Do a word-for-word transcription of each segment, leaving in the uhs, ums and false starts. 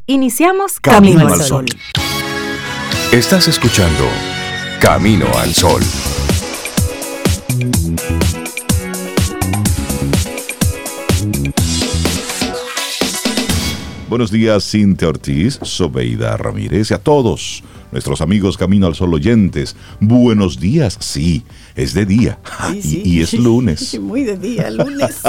Iniciamos Camino, Camino al al Sol. Sol. Estás escuchando Camino al Sol. Buenos días, Cintia Ortiz, Sobeida Ramírez y a todos nuestros amigos Camino al Sol oyentes. Buenos días, sí, es de día Sí, sí. y, y es lunes. Muy de día, lunes.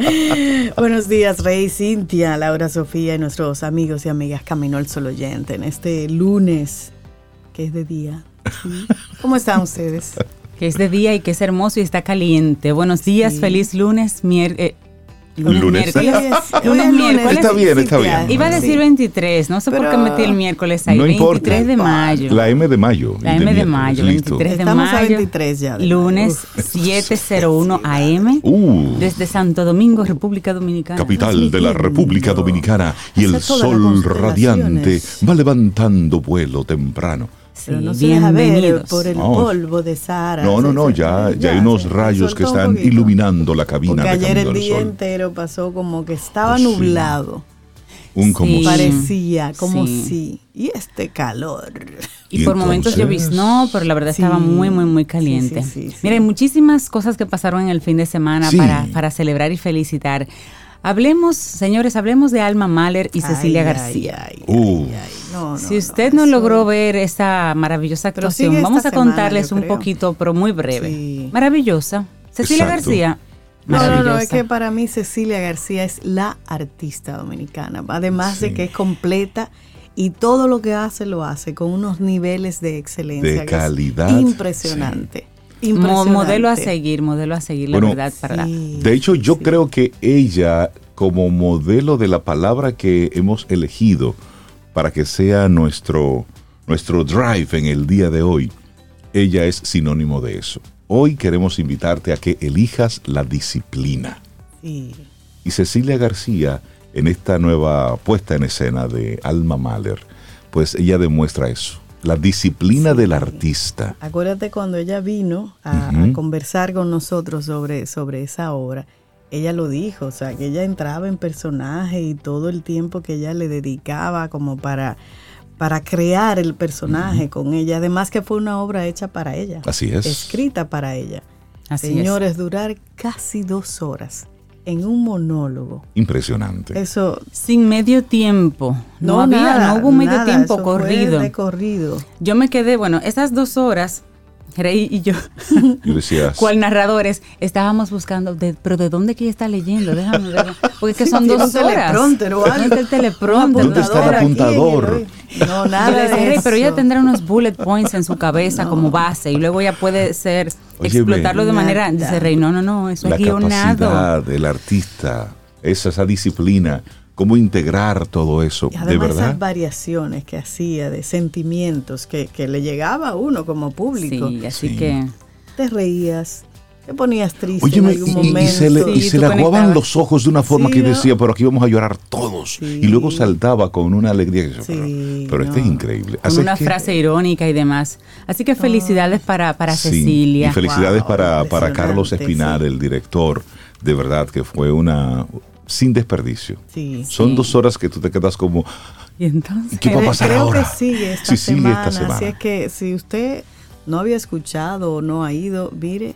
Buenos días, Rey, Cintia, Laura, Sofía y nuestros amigos y amigas Camino al Sol oyente en este lunes que es de día. ¿Sí? ¿Cómo están ustedes? Que es de día y que es hermoso y está caliente. Buenos días, Sí. feliz lunes, mier eh, Lunes. miércoles. Hoy es- Lunes, hoy es miércoles. Está bien, está Cintia. bien. Iba a decir Sí. veintitrés, no sé por Pero- qué metí el miércoles ahí. No importa. veintitrés de mayo. La M de mayo. La y M de miércoles, mayo, listo. veintitrés de Estamos a mayo. veintitrés ya de Lunes mayo. siete cero uno A M. Uh, Desde Santo Domingo, República Dominicana. capital de la República Dominicana y el Hace todas las sol constelaciones. radiante va levantando vuelo temprano. Sí, Pero no se deja ver bienvenidos. por el No. polvo de Sahara. No, no, Se- no, se- ya, ya hay unos se rayos soltó que un están poquito. iluminando la cabina Porque de ayer Camino el al día Sol. entero pasó como que estaba Oh, sí. nublado. Un como Sí. si. Parecía como Sí. si. Y este calor. Y, Y por momentos entonces- lloviznó, pero la verdad Sí. estaba muy, muy, muy caliente. Sí, sí, sí, sí. Mira, hay muchísimas cosas que pasaron en el fin de semana Sí. para, para celebrar y felicitar. Hablemos, señores, hablemos de Alma Mahler y Cecilia Ay, García. ay, ay, Uh. ay, ay. No, no, Si usted no, eso- logró ver esa maravillosa Pero actuación, sigue vamos esta a contarles semana, un yo creo. poquito, pero muy breve. Sí. Maravillosa. Cecilia Exacto. García. No, no, Maravillosa. no, es que para mí Cecilia García es la artista dominicana. Además Sí. de que es completa y todo lo que hace lo hace con unos niveles de excelencia. De que es calidad, impresionante. Mo- Impresionante. modelo a seguir, modelo a seguir, la Bueno, verdad. Para Sí, De hecho, yo sí. creo que ella, como modelo de la palabra que hemos elegido para que sea nuestro, nuestro drive en el día de hoy, ella es sinónimo de eso. Hoy queremos invitarte a que elijas la disciplina. Sí. Y Cecilia García, en esta nueva puesta en escena de Alma Mahler, pues ella demuestra eso, la disciplina Sí. del artista. Acuérdate cuando ella vino a, Ujú. a conversar con nosotros sobre, sobre esa obra, ella lo dijo, o sea, que ella entraba en personaje y todo el tiempo que ella le dedicaba como para, para crear el personaje con ella. Además que fue una obra hecha para ella, Así es. escrita para ella. Así Señores, durar casi dos horas en un monólogo. Impresionante. Eso sin medio tiempo. No, no, había, nada, no hubo medio nada, tiempo eso fue corrido. de corrido. Yo me quedé, bueno, esas dos horas, Rey y yo, Yo decía, cual narradores, estábamos buscando, de, pero ¿de dónde que ella está leyendo? Déjame ver. Porque es que son Tiene dos un horas. teleprompter o algo. ¿Dónde está el teleprompter? ¿Dónde está el Aquí en apuntador? el- No, Y nada yo decía, de Rey, eso. pero ella tendrá unos bullet points en su cabeza como base y luego ella puede ser, Óyeme, explotarlo de manera, nada. dice Rey, no, no, no, eso la es guionado. capacidad del artista, esa, esa disciplina, cómo integrar todo eso, Y de además verdad. esas variaciones que hacía de sentimientos que, que le llegaba a uno como público. Sí, así Sí. que... Te reías, te ponías triste Óyeme, en algún y, y momento. se le, y Sí, se tú le aguaban conectabas. los ojos de una forma Sí, que ¿no? decía, pero aquí vamos a llorar todos. Sí. Y luego saltaba con una alegría que decía, Sí, pero, pero este es no. increíble. Con Así una es que- frase irónica y demás. Así que felicidades para, para sí, Cecilia. Y felicidades Wow, para, para Carlos impresionante, Espinal, sí. el director. De verdad que fue una... sin desperdicio. Sí. Son Sí. dos horas que tú te quedas como... Y entonces... ¿Qué va a pasar Creo ahora? que sigue esta, Sí, sigue semana, esta semana. Así es que si usted no había escuchado o no ha ido, mire,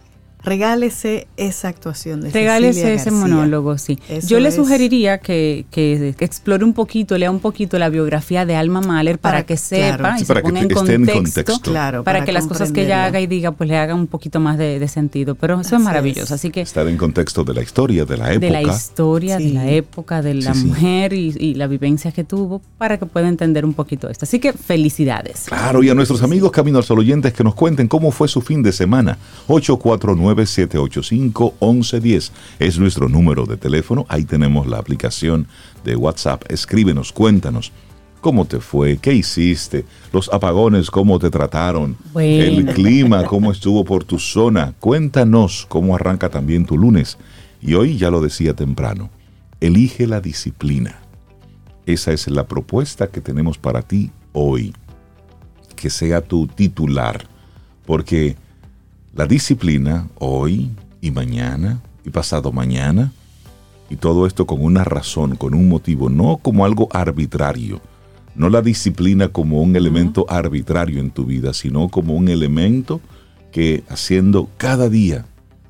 regálese esa actuación de Regálese Cecilia ese García. monólogo, sí. Eso Yo le es- sugeriría que, que, que explore un poquito, lea un poquito la biografía de Alma Mahler para, Para- que sepa claro. y Sí, se para que ponga en te- esté contexto, en contexto. Claro, para, para que las cosas que ella comprenderlo. haga y diga pues le hagan un poquito más de, de sentido. Pero eso Así es es. maravilloso. Así que Estar en contexto de la historia, de la época. de la historia, Sí. de la época, de la Sí, sí. mujer y, y la vivencia que tuvo para que pueda entender un poquito esto. Así que felicidades. Claro, y a nuestros amigos Camino al Sol oyentes que nos cuenten cómo fue su fin de semana. ocho cuatro nueve, siete ocho cinco, once diez es nuestro número de teléfono. Ahí tenemos la aplicación de WhatsApp. Escríbenos, cuéntanos cómo te fue, qué hiciste, los apagones, cómo te trataron, Bueno. el clima, cómo estuvo por tu zona. Cuéntanos cómo arranca también tu lunes. Y hoy ya lo decía temprano, elige la disciplina. Esa es la propuesta que tenemos para ti hoy. Que sea tu titular. Porque la disciplina hoy y mañana y pasado mañana Y todo esto con una razón, con un motivo, no como algo arbitrario. No la disciplina como un elemento uh-huh. arbitrario en tu vida, sino como un elemento que haciendo cada día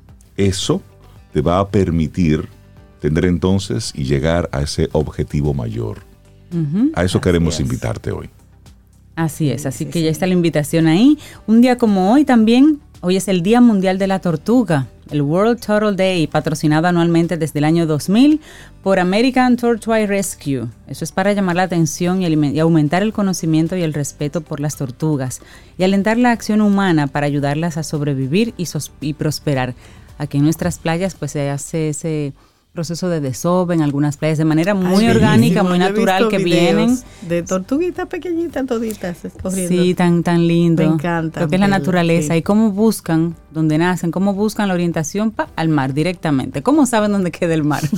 eso te va a permitir tener entonces y llegar a ese objetivo mayor. Uh-huh. A eso así queremos es. invitarte hoy. Así es, así sí, que sí. ya está la invitación ahí. Un día como hoy también, hoy es el Día Mundial de la Tortuga, el World Turtle Day, patrocinado anualmente desde el año dos mil por American Tortoise Rescue. Eso es para llamar la atención y, aliment- y aumentar el conocimiento y el respeto por las tortugas y alentar la acción humana para ayudarlas a sobrevivir y, sos- y prosperar. Aquí en nuestras playas pues se hace ese proceso de desove en algunas playas de manera muy Ay, orgánica, muy natural, que vienen de tortuguitas pequeñitas toditas corriendo. Sí, tan tan lindo. Me encanta. Lo que es la naturaleza sí. y cómo buscan donde nacen, cómo buscan la orientación pa, al mar directamente. ¿Cómo saben dónde queda el mar?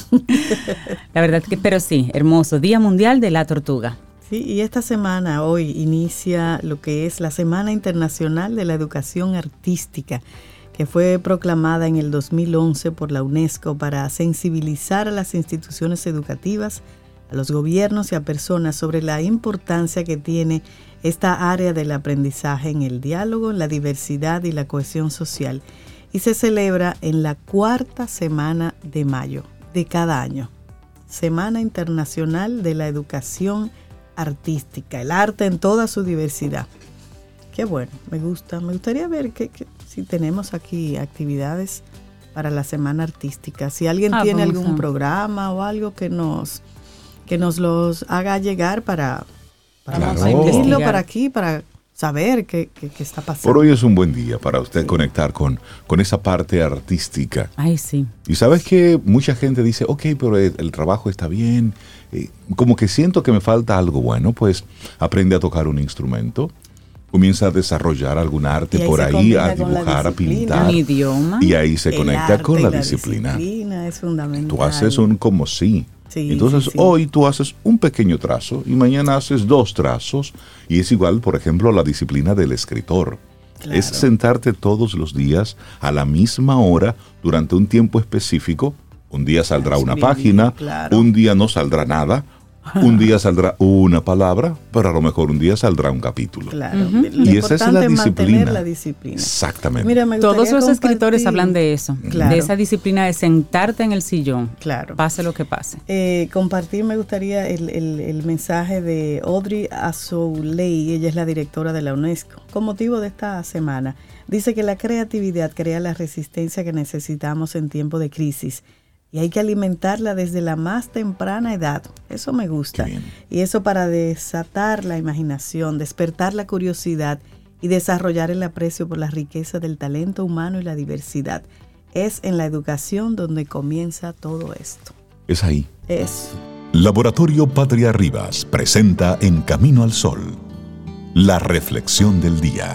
La verdad que, pero sí, hermoso. Día Mundial de la Tortuga. Sí, y esta semana, hoy, inicia lo que es la Semana Internacional de la Educación Artística, que fue proclamada en el dos mil once por la UNESCO para sensibilizar a las instituciones educativas, a los gobiernos y a personas sobre la importancia que tiene esta área del aprendizaje en el diálogo, la diversidad y la cohesión social. Y se celebra en la cuarta semana de mayo de cada año. Semana Internacional de la Educación Artística, el arte en toda su diversidad. Qué bueno, me gusta. Me gustaría ver que, que, si tenemos aquí actividades para la Semana Artística. Si alguien ah, tiene algún a... programa o algo que nos, que nos los haga llegar para, para claro. incluirlo para aquí, para saber qué, qué, qué está pasando. Por hoy es un buen día para usted sí. conectar con, con esa parte artística. Ay, sí. Y sabes que mucha gente dice, ok, pero el, el trabajo está bien, eh, como que siento que me falta algo. Bueno, pues aprende a tocar un instrumento. Comienza a desarrollar algún arte por ahí, a dibujar, a pintar. Un idioma. Y ahí se el conecta arte con la, la disciplina. disciplina es fundamental. Tú haces un como sí. sí Entonces sí, sí. hoy tú haces un pequeño trazo y mañana haces dos trazos. Y es igual, por ejemplo, la disciplina del escritor. Claro. Es sentarte todos los días a la misma hora durante un tiempo específico. Un día saldrá una escribir, página, claro. un día no saldrá nada. Un día saldrá una palabra, pero a lo mejor un día saldrá un capítulo. Claro. Uh-huh. Y esa es la disciplina. la disciplina. Exactamente. Mira, todos los compartir. escritores hablan de eso, claro. de esa disciplina de sentarte en el sillón, claro. pase lo que pase. Eh, compartir me gustaría el, el, el mensaje de Audrey Azoulay, ella es la directora de la UNESCO, con motivo de esta semana. Dice que la creatividad crea la resistencia que necesitamos en tiempo de crisis. Y hay que alimentarla desde la más temprana edad. Eso me gusta. Y eso para desatar la imaginación, despertar la curiosidad y desarrollar el aprecio por la riqueza del talento humano y la diversidad. Es en la educación donde comienza todo esto. Es ahí. Es. Laboratorio Patria Rivas presenta En Camino al Sol, la reflexión del día.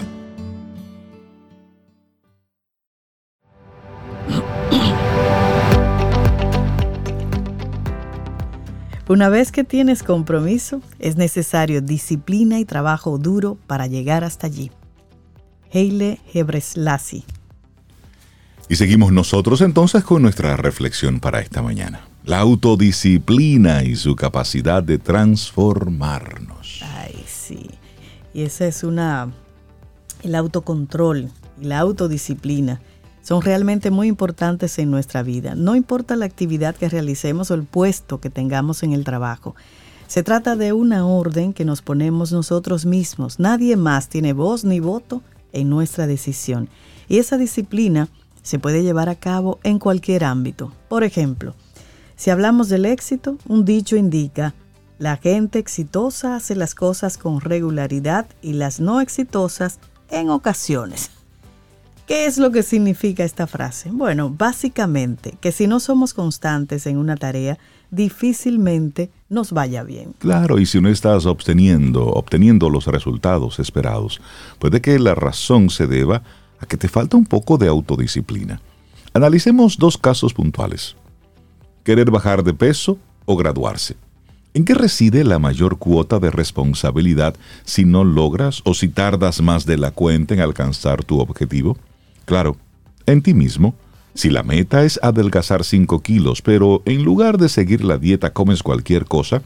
Una vez que tienes compromiso, es necesario disciplina y trabajo duro para llegar hasta allí. Haile Gebrselassie. Y seguimos nosotros entonces con nuestra reflexión para esta mañana. La autodisciplina y su capacidad de transformarnos. Ay, sí. Y esa es una... El autocontrol y la autodisciplina son realmente muy importantes en nuestra vida. No importa la actividad que realicemos o el puesto que tengamos en el trabajo. Se trata de una orden que nos ponemos nosotros mismos. Nadie más tiene voz ni voto en nuestra decisión. Y esa disciplina se puede llevar a cabo en cualquier ámbito. Por ejemplo, si hablamos del éxito, un dicho indica: la gente exitosa hace las cosas con regularidad y las no exitosas en ocasiones. ¿Qué es lo que significa esta frase? Bueno, básicamente que si no somos constantes en una tarea, difícilmente nos vaya bien. Claro, y si no estás obteniendo, obteniendo los resultados esperados, puede que la razón se deba a que te falta un poco de autodisciplina. Analicemos dos casos puntuales: querer bajar de peso o graduarse. ¿En qué reside la mayor cuota de responsabilidad si no logras o si tardas más de la cuenta en alcanzar tu objetivo? Claro, en ti mismo, Si la meta es adelgazar cinco kilos, pero en lugar de seguir la dieta comes cualquier cosa,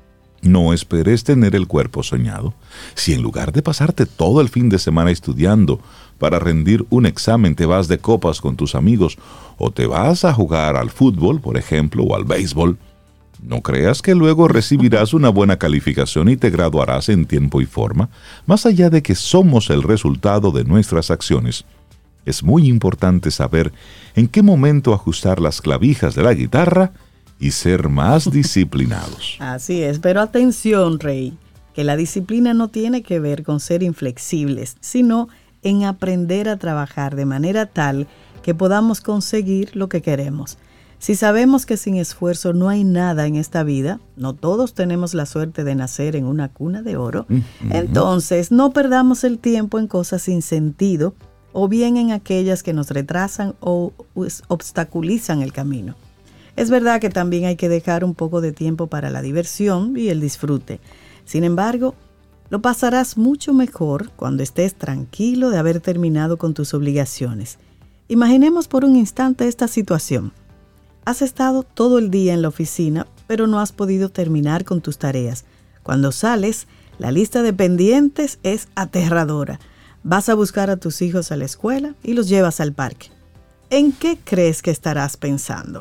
no esperes tener el cuerpo soñado. Si en lugar de pasarte todo el fin de semana estudiando para rendir un examen te vas de copas con tus amigos o te vas a jugar al fútbol, por ejemplo, o al béisbol, no creas que luego recibirás una buena calificación y te graduarás en tiempo y forma. Más allá de que somos el resultado de nuestras acciones, es muy importante saber en qué momento ajustar las clavijas de la guitarra y ser más disciplinados. Así es, pero atención, Rey, que la disciplina no tiene que ver con ser inflexibles, sino en aprender a trabajar de manera tal que podamos conseguir lo que queremos. Si sabemos que sin esfuerzo no hay nada en esta vida, no todos tenemos la suerte de nacer en una cuna de oro, uh-huh. entonces no perdamos el tiempo en cosas sin sentido o bien en aquellas que nos retrasan o obstaculizan el camino. Es verdad que también hay que dejar un poco de tiempo para la diversión y el disfrute. Sin embargo, lo pasarás mucho mejor cuando estés tranquilo de haber terminado con tus obligaciones. Imaginemos por un instante esta situación. Has estado todo el día en la oficina, pero no has podido terminar con tus tareas. Cuando sales, la lista de pendientes es aterradora. Vas a buscar a tus hijos a la escuela y los llevas al parque. ¿En qué crees que estarás pensando?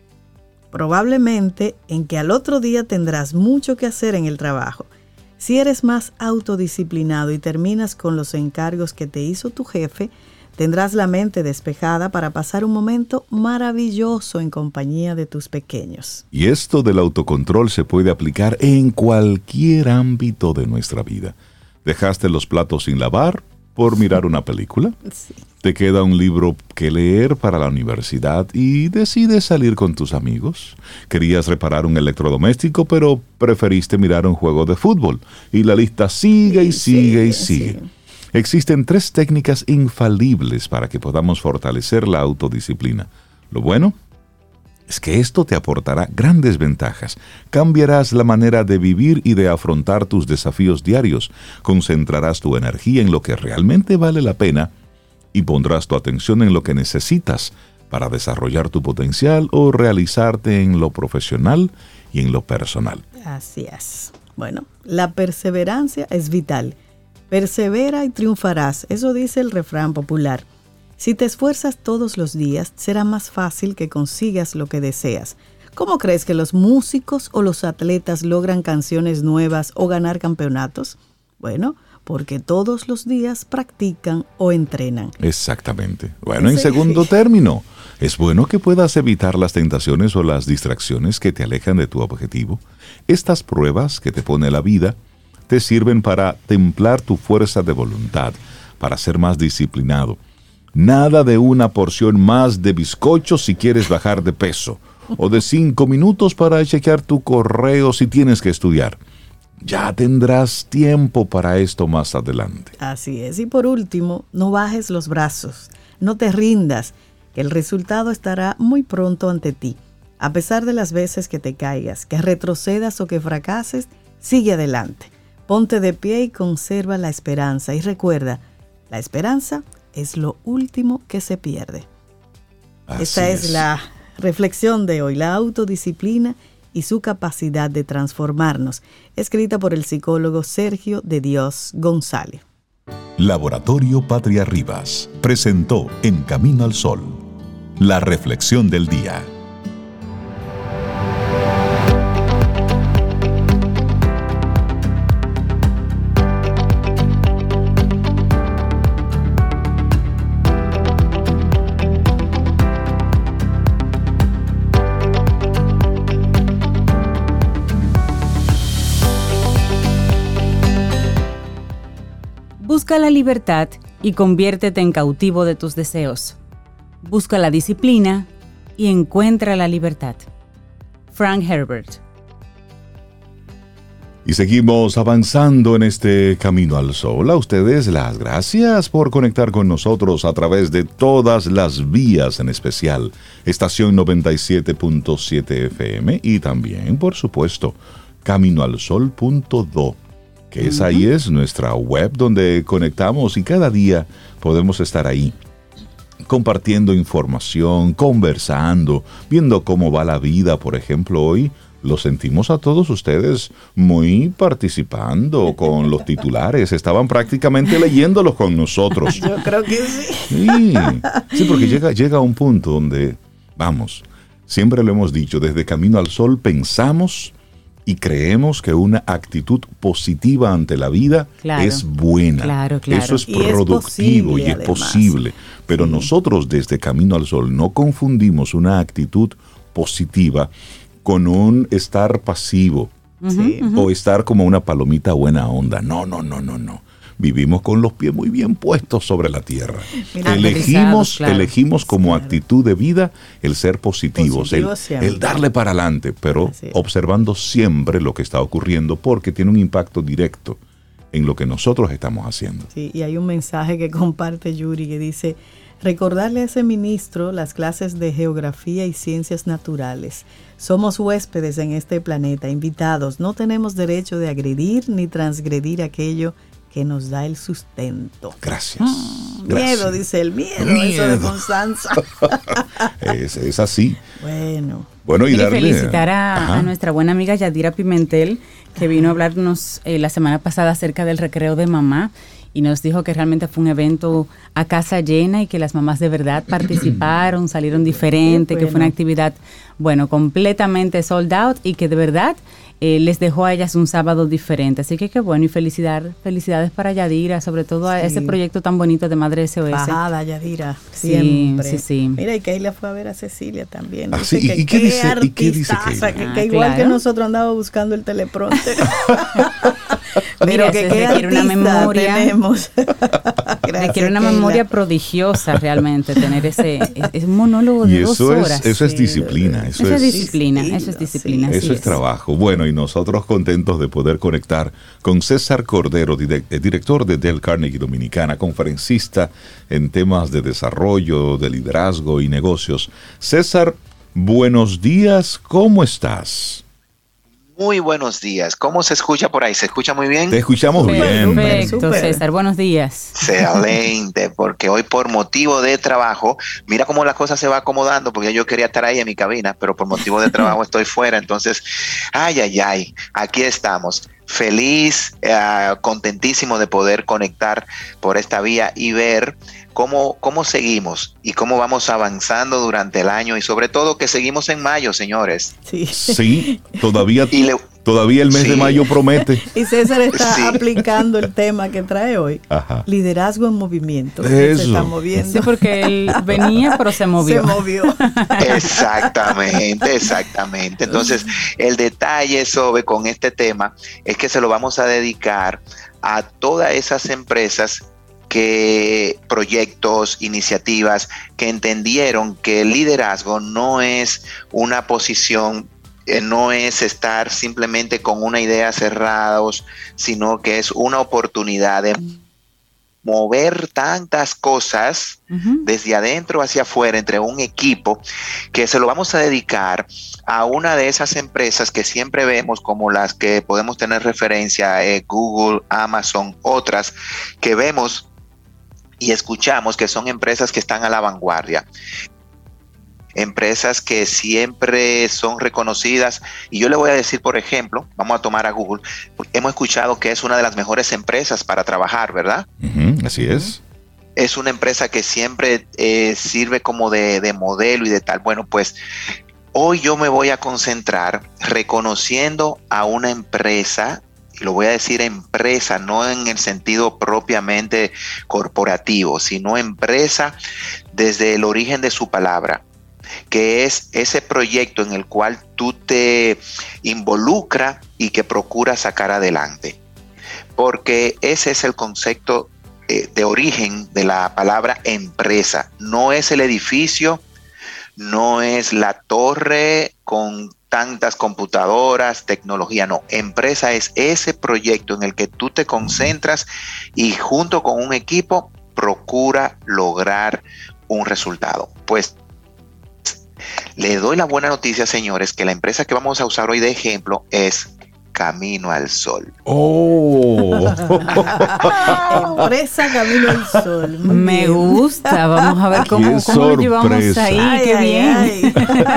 Probablemente en que al otro día tendrás mucho que hacer en el trabajo. Si eres más autodisciplinado y terminas con los encargos que te hizo tu jefe, tendrás la mente despejada para pasar un momento maravilloso en compañía de tus pequeños. Y esto del autocontrol se puede aplicar en cualquier ámbito de nuestra vida. ¿Dejaste los platos sin lavar por mirar una película? Sí. ¿Te queda un libro que leer para la universidad y decides salir con tus amigos? ¿Querías reparar un electrodoméstico, pero preferiste mirar un juego de fútbol? Y la lista sigue y sigue y sigue. Sí. Existen tres técnicas infalibles para que podamos fortalecer la autodisciplina. Lo bueno es que esto te aportará grandes ventajas. Cambiarás la manera de vivir y de afrontar tus desafíos diarios. Concentrarás tu energía en lo que realmente vale la pena y pondrás tu atención en lo que necesitas para desarrollar tu potencial o realizarte en lo profesional y en lo personal. Así es. Bueno, la perseverancia es vital. Persevera y triunfarás, eso dice el refrán popular. Si te esfuerzas todos los días, será más fácil que consigas lo que deseas. ¿Cómo crees que los músicos o los atletas logran canciones nuevas o ganar campeonatos? Bueno, porque todos los días practican o entrenan. Exactamente. Bueno, en segundo término, es bueno que puedas evitar las tentaciones o las distracciones que te alejan de tu objetivo. Estas pruebas que te pone la vida te sirven para templar tu fuerza de voluntad, para ser más disciplinado. Nada de una porción más de bizcocho si quieres bajar de peso, o de cinco minutos para chequear tu correo si tienes que estudiar. Ya tendrás tiempo para esto más adelante. Así es. Y por último, no bajes los brazos, no te rindas, que el resultado estará muy pronto ante ti. A pesar de las veces que te caigas, que retrocedas o que fracases, sigue adelante. Ponte de pie y conserva la esperanza. Y recuerda, la esperanza es lo último que se pierde. Así Esta es. es la reflexión de hoy, la autodisciplina y su capacidad de transformarnos, escrita por el psicólogo Sergio de Dios González. Laboratorio Patria Rivas presentó En Camino al Sol, la reflexión del día. Busca la libertad y conviértete en cautivo de tus deseos. Busca la disciplina y encuentra la libertad. Frank Herbert. Y seguimos avanzando en este Camino al Sol. A ustedes las gracias por conectar con nosotros a través de todas las vías, en especial estación noventa y siete punto siete F M y también, por supuesto, camino al sol punto do. Que esa ahí es nuestra web donde conectamos y cada día podemos estar ahí compartiendo información, conversando, viendo cómo va la vida. Por ejemplo, hoy lo sentimos a todos ustedes muy participando con los titulares. Estaban prácticamente leyéndolos con nosotros. Yo creo que sí. Sí, sí, porque llega, llega a un punto donde, vamos, siempre lo hemos dicho, desde Camino al Sol pensamos y creemos que una actitud positiva ante la vida claro, es buena. Claro, claro. Eso es productivo y es posible. Y es posible. Pero sí. Nosotros desde Camino al Sol no confundimos una actitud positiva con un estar pasivo sí. o estar como una palomita buena onda. No, no, no, no, no. Vivimos con los pies muy bien puestos sobre la tierra. Mira, elegimos, claro. elegimos como claro. actitud de vida el ser positivos, Positivo el, el darle para adelante, pero observando siempre lo que está ocurriendo porque tiene un impacto directo en lo que nosotros estamos haciendo. Sí, y hay un mensaje que comparte Yuri que dice: recordarle a ese ministro las clases de geografía y ciencias naturales. Somos huéspedes en este planeta, invitados. No tenemos derecho de agredir ni transgredir aquello que nos da el sustento. Gracias. Mm, Gracias. Miedo, dice el miedo, miedo. Eso de Constanza. es, es así. Bueno. Bueno, y, y darle, felicitar a, a nuestra buena amiga Yadira Pimentel, que vino a hablarnos eh, la semana pasada acerca del recreo de mamá. Y nos dijo que realmente fue un evento a casa llena y que las mamás de verdad participaron, salieron diferentes, bueno. que fue una actividad, bueno, completamente sold out y que de verdad eh, les dejó a ellas un sábado diferente. Así que qué bueno y felicidad, felicidades para Yadira, sobre todo a sí. ese proyecto tan bonito de Madre S O S. Bajada, Yadira, siempre. Sí, sí, sí. Mira, y Keila fue a ver a Cecilia también. Ah, sí, ¿y, qué dice, ¿y qué dice Keila? Que, que ah, igual claro. que nosotros andaba buscando el teleprompter. Pero Mira, que se requiere una memoria tenemos. requiere una memoria prodigiosa realmente tener ese, ese monólogo de y eso dos es, horas. Eso es disciplina. Eso, eso es, es disciplina, sí, eso es disciplina. Eso es, es trabajo. Bueno, y nosotros contentos de poder conectar con César Cordero, director de Dale Carnegie Dominicana, conferencista en temas de desarrollo, de liderazgo y negocios. César, buenos días, ¿cómo estás? Muy buenos días. ¿Cómo se escucha por ahí? ¿Se escucha muy bien? Te escuchamos bien. Perfecto, César. Buenos días. Excelente, porque hoy por motivo de trabajo, mira cómo la cosa se va acomodando, porque yo quería estar ahí en mi cabina, pero por motivo de trabajo estoy fuera. Entonces, ay, ay, ay, aquí estamos. Feliz, uh, contentísimo de poder conectar por esta vía y ver cómo, cómo seguimos y cómo vamos avanzando durante el año y sobre todo que seguimos en mayo, señores. Sí, sí todavía, le, todavía el mes sí. de mayo promete. Y César está sí. aplicando el tema que trae hoy. Ajá. Liderazgo en movimiento. Eso. Se está moviendo. Sí, porque él venía, pero se movió. Se movió. Exactamente, exactamente. Entonces, el detalle sobre con este tema es que se lo vamos a dedicar a todas esas empresas que proyectos, iniciativas que entendieron que el liderazgo no es una posición, eh, no es estar simplemente con una idea cerrados, sino que es una oportunidad de mover tantas cosas uh-huh. desde adentro hacia afuera entre un equipo, que se lo vamos a dedicar a una de esas empresas que siempre vemos como las que podemos tener referencia, eh, Google, Amazon, otras que vemos y escuchamos que son empresas que están a la vanguardia. Empresas que siempre son reconocidas. Y yo le voy a decir, por ejemplo, vamos a tomar a Google. Hemos escuchado que es una de las mejores empresas para trabajar, ¿verdad? Uh-huh, así es. Es una empresa que siempre eh, sirve como de, de modelo y de tal. Bueno, pues hoy yo me voy a concentrar reconociendo a una empresa, y lo voy a decir empresa, no en el sentido propiamente corporativo, sino empresa desde el origen de su palabra, que es ese proyecto en el cual tú te involucras y que procuras sacar adelante. Porque ese es el concepto eh, de origen de la palabra empresa. No es el edificio, no es la torre con tantas computadoras, tecnología, no. Empresa es ese proyecto en el que tú te concentras y junto con un equipo procura lograr un resultado. Pues le doy la buena noticia, señores, que la empresa que vamos a usar hoy de ejemplo es Camino al Sol. Oh, Empresa Camino al Sol. Muy Me bien. gusta, vamos a ver cómo, cómo lo llevamos ahí, Ay, qué ay, bien. ay.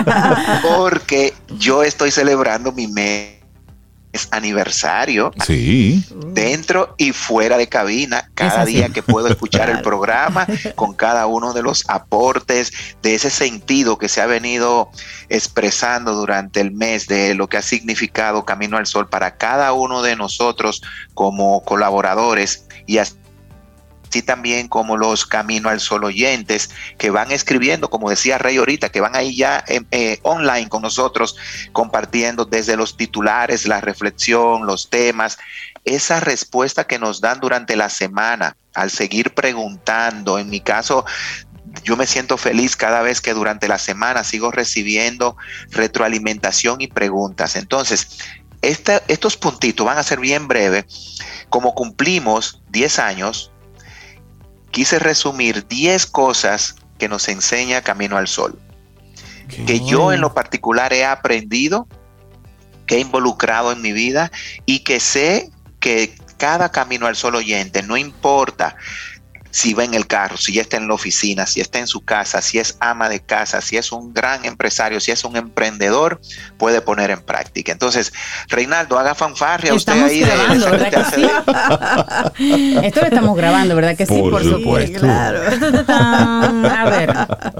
Porque yo estoy celebrando mi mes aniversario Sí. dentro y fuera de cabina, Es cada así. día que puedo escuchar el Claro. programa, con cada uno de los aportes, de ese sentido que se ha venido expresando durante el mes, de lo que ha significado Camino al Sol para cada uno de nosotros como colaboradores, y así también como los Camino al Sol oyentes que van escribiendo, como decía Rey ahorita, que van ahí ya eh, eh, online con nosotros, compartiendo desde los titulares, la reflexión, los temas, esa respuesta que nos dan durante la semana al seguir preguntando. En mi caso, yo me siento feliz cada vez que durante la semana sigo recibiendo retroalimentación y preguntas. Entonces, este, estos puntitos van a ser bien breves. Como cumplimos diez años, quise resumir diez cosas que nos enseña Camino al Sol, Okay. que yo en lo particular he aprendido, que he involucrado en mi vida y que sé que cada Camino al Sol oyente, no importa si va en el carro, si ya está en la oficina, si está en su casa, si es ama de casa, si es un gran empresario, si es un emprendedor, puede poner en práctica. Entonces, Reinaldo, haga fanfarria usted Estamos ahí de- grabando, de ¿verdad que sí? Esto lo estamos grabando, ¿verdad que sí? Por Por supuesto. supuesto. A ver,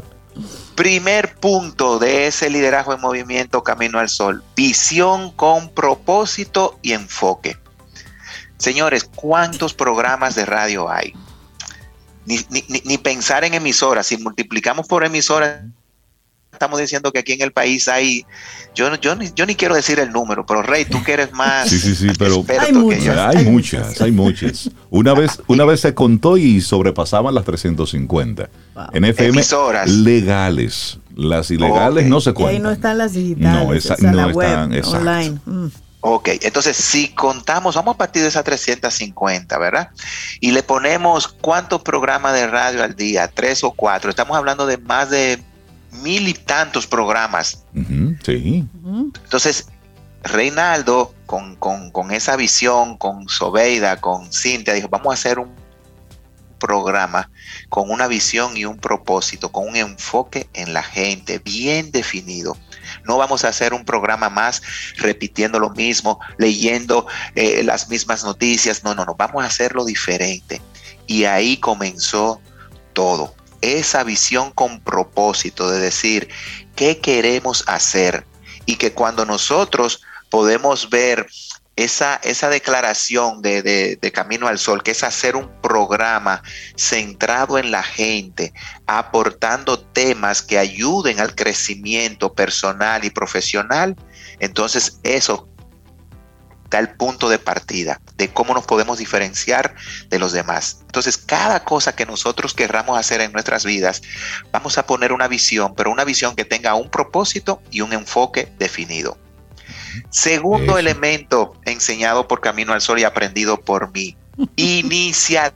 Primer punto de ese liderazgo en movimiento Camino al Sol: visión con propósito y enfoque. Señores, ¿cuántos programas de radio hay? Ni, ni, ni- ni pensar en emisoras. Si multiplicamos por emisoras, estamos diciendo que aquí en el país hay, yo, yo, ni, yo ni quiero decir el número, pero Rey, tú que eres más Sí, sí, sí, pero- experto Hay que muchas. yo. Hay, Hay muchas, muchas. hay muchas. Una vez, una vez se contó y sobrepasaban las trescientas cincuenta. Wow. En F M Emisoras. legales. Las ilegales Ok. no se Y cuentan. ahí no están las digitales, No, esa- o sea, no la están, web, exacto. online. Mm. Ok, entonces si contamos, vamos a partir de esas trescientas cincuenta, ¿verdad? Y le ponemos cuántos programas de radio al día, tres o cuatro. Estamos hablando de más de mil y tantos programas. Ujú, sí. Mm. Entonces, Reinaldo, con, con, con esa visión, con Sobeida, con Cintia, dijo, vamos a hacer un programa con una visión y un propósito, con un enfoque en la gente bien definido. No vamos a hacer un programa más repitiendo lo mismo, leyendo eh, las mismas noticias. No, no, no, vamos a hacerlo diferente. Y ahí comenzó todo. Esa visión con propósito de decir qué queremos hacer, y que cuando nosotros podemos ver esa, esa declaración de, de, de Camino al Sol, que es hacer un programa centrado en la gente, aportando temas que ayuden al crecimiento personal y profesional, entonces eso da el punto de partida de cómo nos podemos diferenciar de los demás. Entonces, cada cosa que nosotros querramos hacer en nuestras vidas, vamos a poner una visión, pero una visión que tenga un propósito y un enfoque definido. Segundo Eso. elemento enseñado por Camino al Sol y aprendido por mí: iniciativa.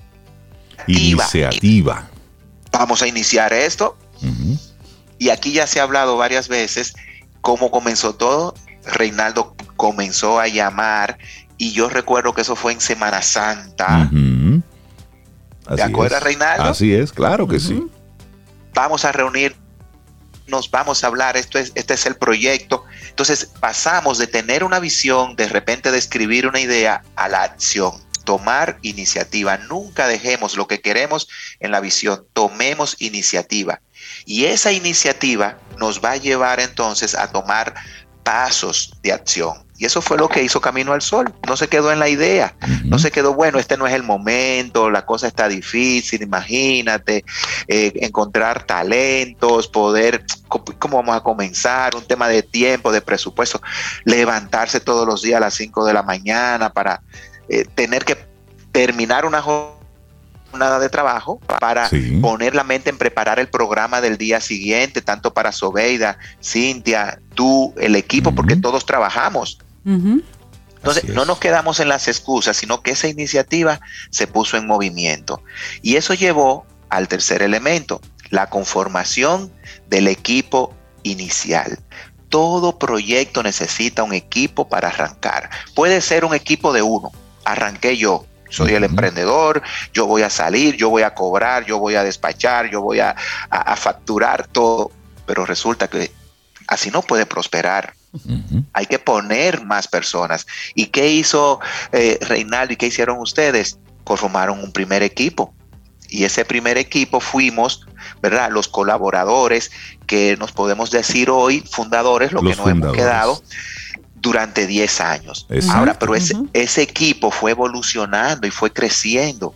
Iniciativa. Vamos a iniciar esto. Ujú. Y aquí ya se ha hablado varias veces cómo comenzó todo. Reinaldo comenzó a llamar, y yo recuerdo que eso fue en Semana Santa. Ujú. Así ¿Te acuerdas, es. Reinaldo? Así es, claro que sí. Vamos a reunirnos, vamos a hablar, esto es, este es el proyecto. Entonces pasamos de tener una visión, de repente de escribir una idea, a la acción. Tomar iniciativa. Nunca dejemos lo que queremos en la visión. Tomemos iniciativa. Y esa iniciativa nos va a llevar entonces a tomar pasos de acción. Y eso fue lo que hizo Camino al Sol. No se quedó en la idea. Ujú. No se quedó, bueno, este no es el momento, la cosa está difícil, imagínate, eh, encontrar talentos, poder, ¿cómo vamos a comenzar? Un tema de tiempo, de presupuesto, levantarse todos los días a las cinco de la mañana para eh, tener que terminar una jornada de trabajo para Sí. poner la mente en preparar el programa del día siguiente, tanto para Sobeida, Cintia, tú, el equipo, Ujú. porque todos trabajamos. ujú. Entonces, Así es. no nos quedamos en las excusas, sino que esa iniciativa se puso en movimiento. Y eso llevó al tercer elemento, la conformación del equipo inicial. Todo proyecto necesita un equipo para arrancar. Puede ser un equipo de uno, arranqué yo. Soy uh-huh. el emprendedor, yo voy a salir, yo voy a cobrar, yo voy a despachar, yo voy a, a, a facturar todo. Pero resulta que así no puede prosperar. Uh-huh. Hay que poner más personas. ¿Y qué hizo eh, Reinaldo y qué hicieron ustedes? Conformaron un primer equipo. Y ese primer equipo fuimos, ¿verdad? Los colaboradores que nos podemos decir hoy, fundadores, lo los que nos fundadores. hemos quedado durante diez años. Exacto. Ahora, pero ese, uh-huh. ese equipo fue evolucionando y fue creciendo.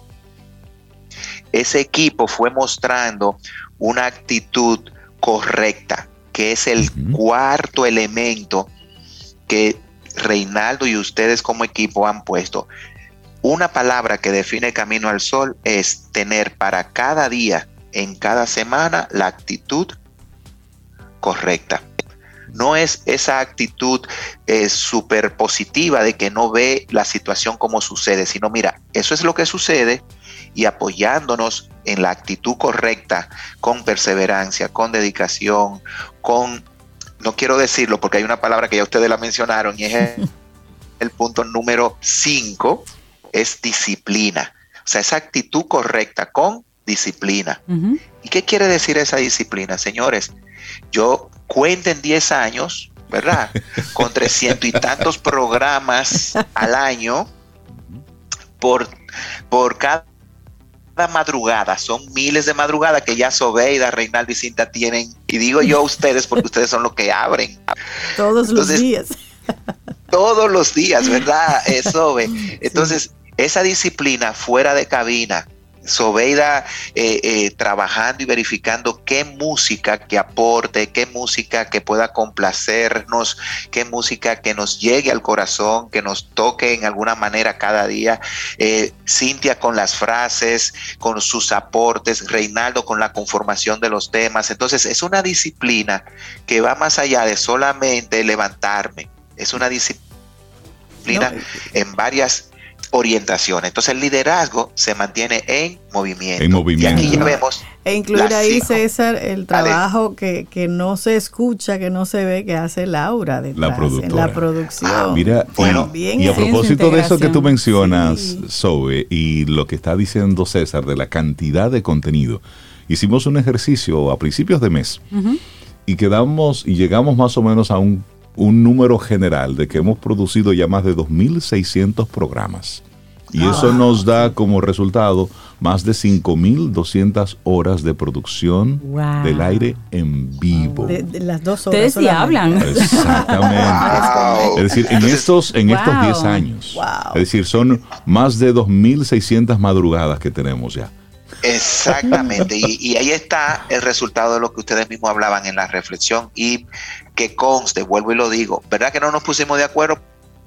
Ese equipo fue mostrando una actitud correcta, que es el uh-huh. cuarto elemento que Reinaldo y ustedes como equipo han puesto. Una palabra que define Camino al Sol es tener para cada día, en cada semana, la actitud correcta. No es esa actitud eh, súper positiva de que no ve la situación como sucede, sino mira, eso es lo que sucede y apoyándonos en la actitud correcta, con perseverancia, con dedicación, con, no quiero decirlo porque hay una palabra que ya ustedes la mencionaron y es el, el punto número cinco, es disciplina. O sea, esa actitud correcta con disciplina. Uh-huh. ¿Y qué quiere decir esa disciplina, señores? Yo cuenten diez años, ¿verdad? Con trescientos y tantos programas al año por, por cada madrugada. Son miles de madrugadas que ya Sobeida, Reinaldo y Cinta tienen. Y digo yo a ustedes porque ustedes son los que abren. Todos Entonces, los días. Todos los días, ¿verdad, eh, Sobe? Entonces, sí. Esa disciplina fuera de cabina, Sobeida eh, eh, trabajando y verificando qué música que aporte, qué música que pueda complacernos, qué música que nos llegue al corazón, que nos toque en alguna manera cada día. Eh, Cintia con las frases, con sus aportes, Reinaldo con la conformación de los temas. Entonces, es una disciplina que va más allá de solamente levantarme. Es una disciplina no. en varias orientaciones. Entonces el liderazgo se mantiene en movimiento. En movimiento. Y aquí ya vemos. E incluir ahí, César, el trabajo que, que no se escucha, que no se ve, que hace Laura detrás, la productora. En la producción. Ah, mira, bueno, y, y a propósito de eso que tú mencionas, sí. Zoe, y lo que está diciendo César de la cantidad de contenido, hicimos un ejercicio a principios de mes uh-huh. y quedamos y llegamos más o menos a un un número general de que hemos producido ya más de dos mil seiscientos programas. Y oh, eso nos da como resultado más de cinco mil doscientas horas de producción wow. del aire en vivo. De, de las dos horas. Ustedes sí hablan. Exactamente. Wow. Es decir, en estos en wow. estos diez años. Wow. Es decir, son más de dos mil seiscientas madrugadas que tenemos ya. Exactamente, y, y ahí está el resultado de lo que ustedes mismos hablaban en la reflexión y que conste, vuelvo y lo digo, ¿verdad que no nos pusimos de acuerdo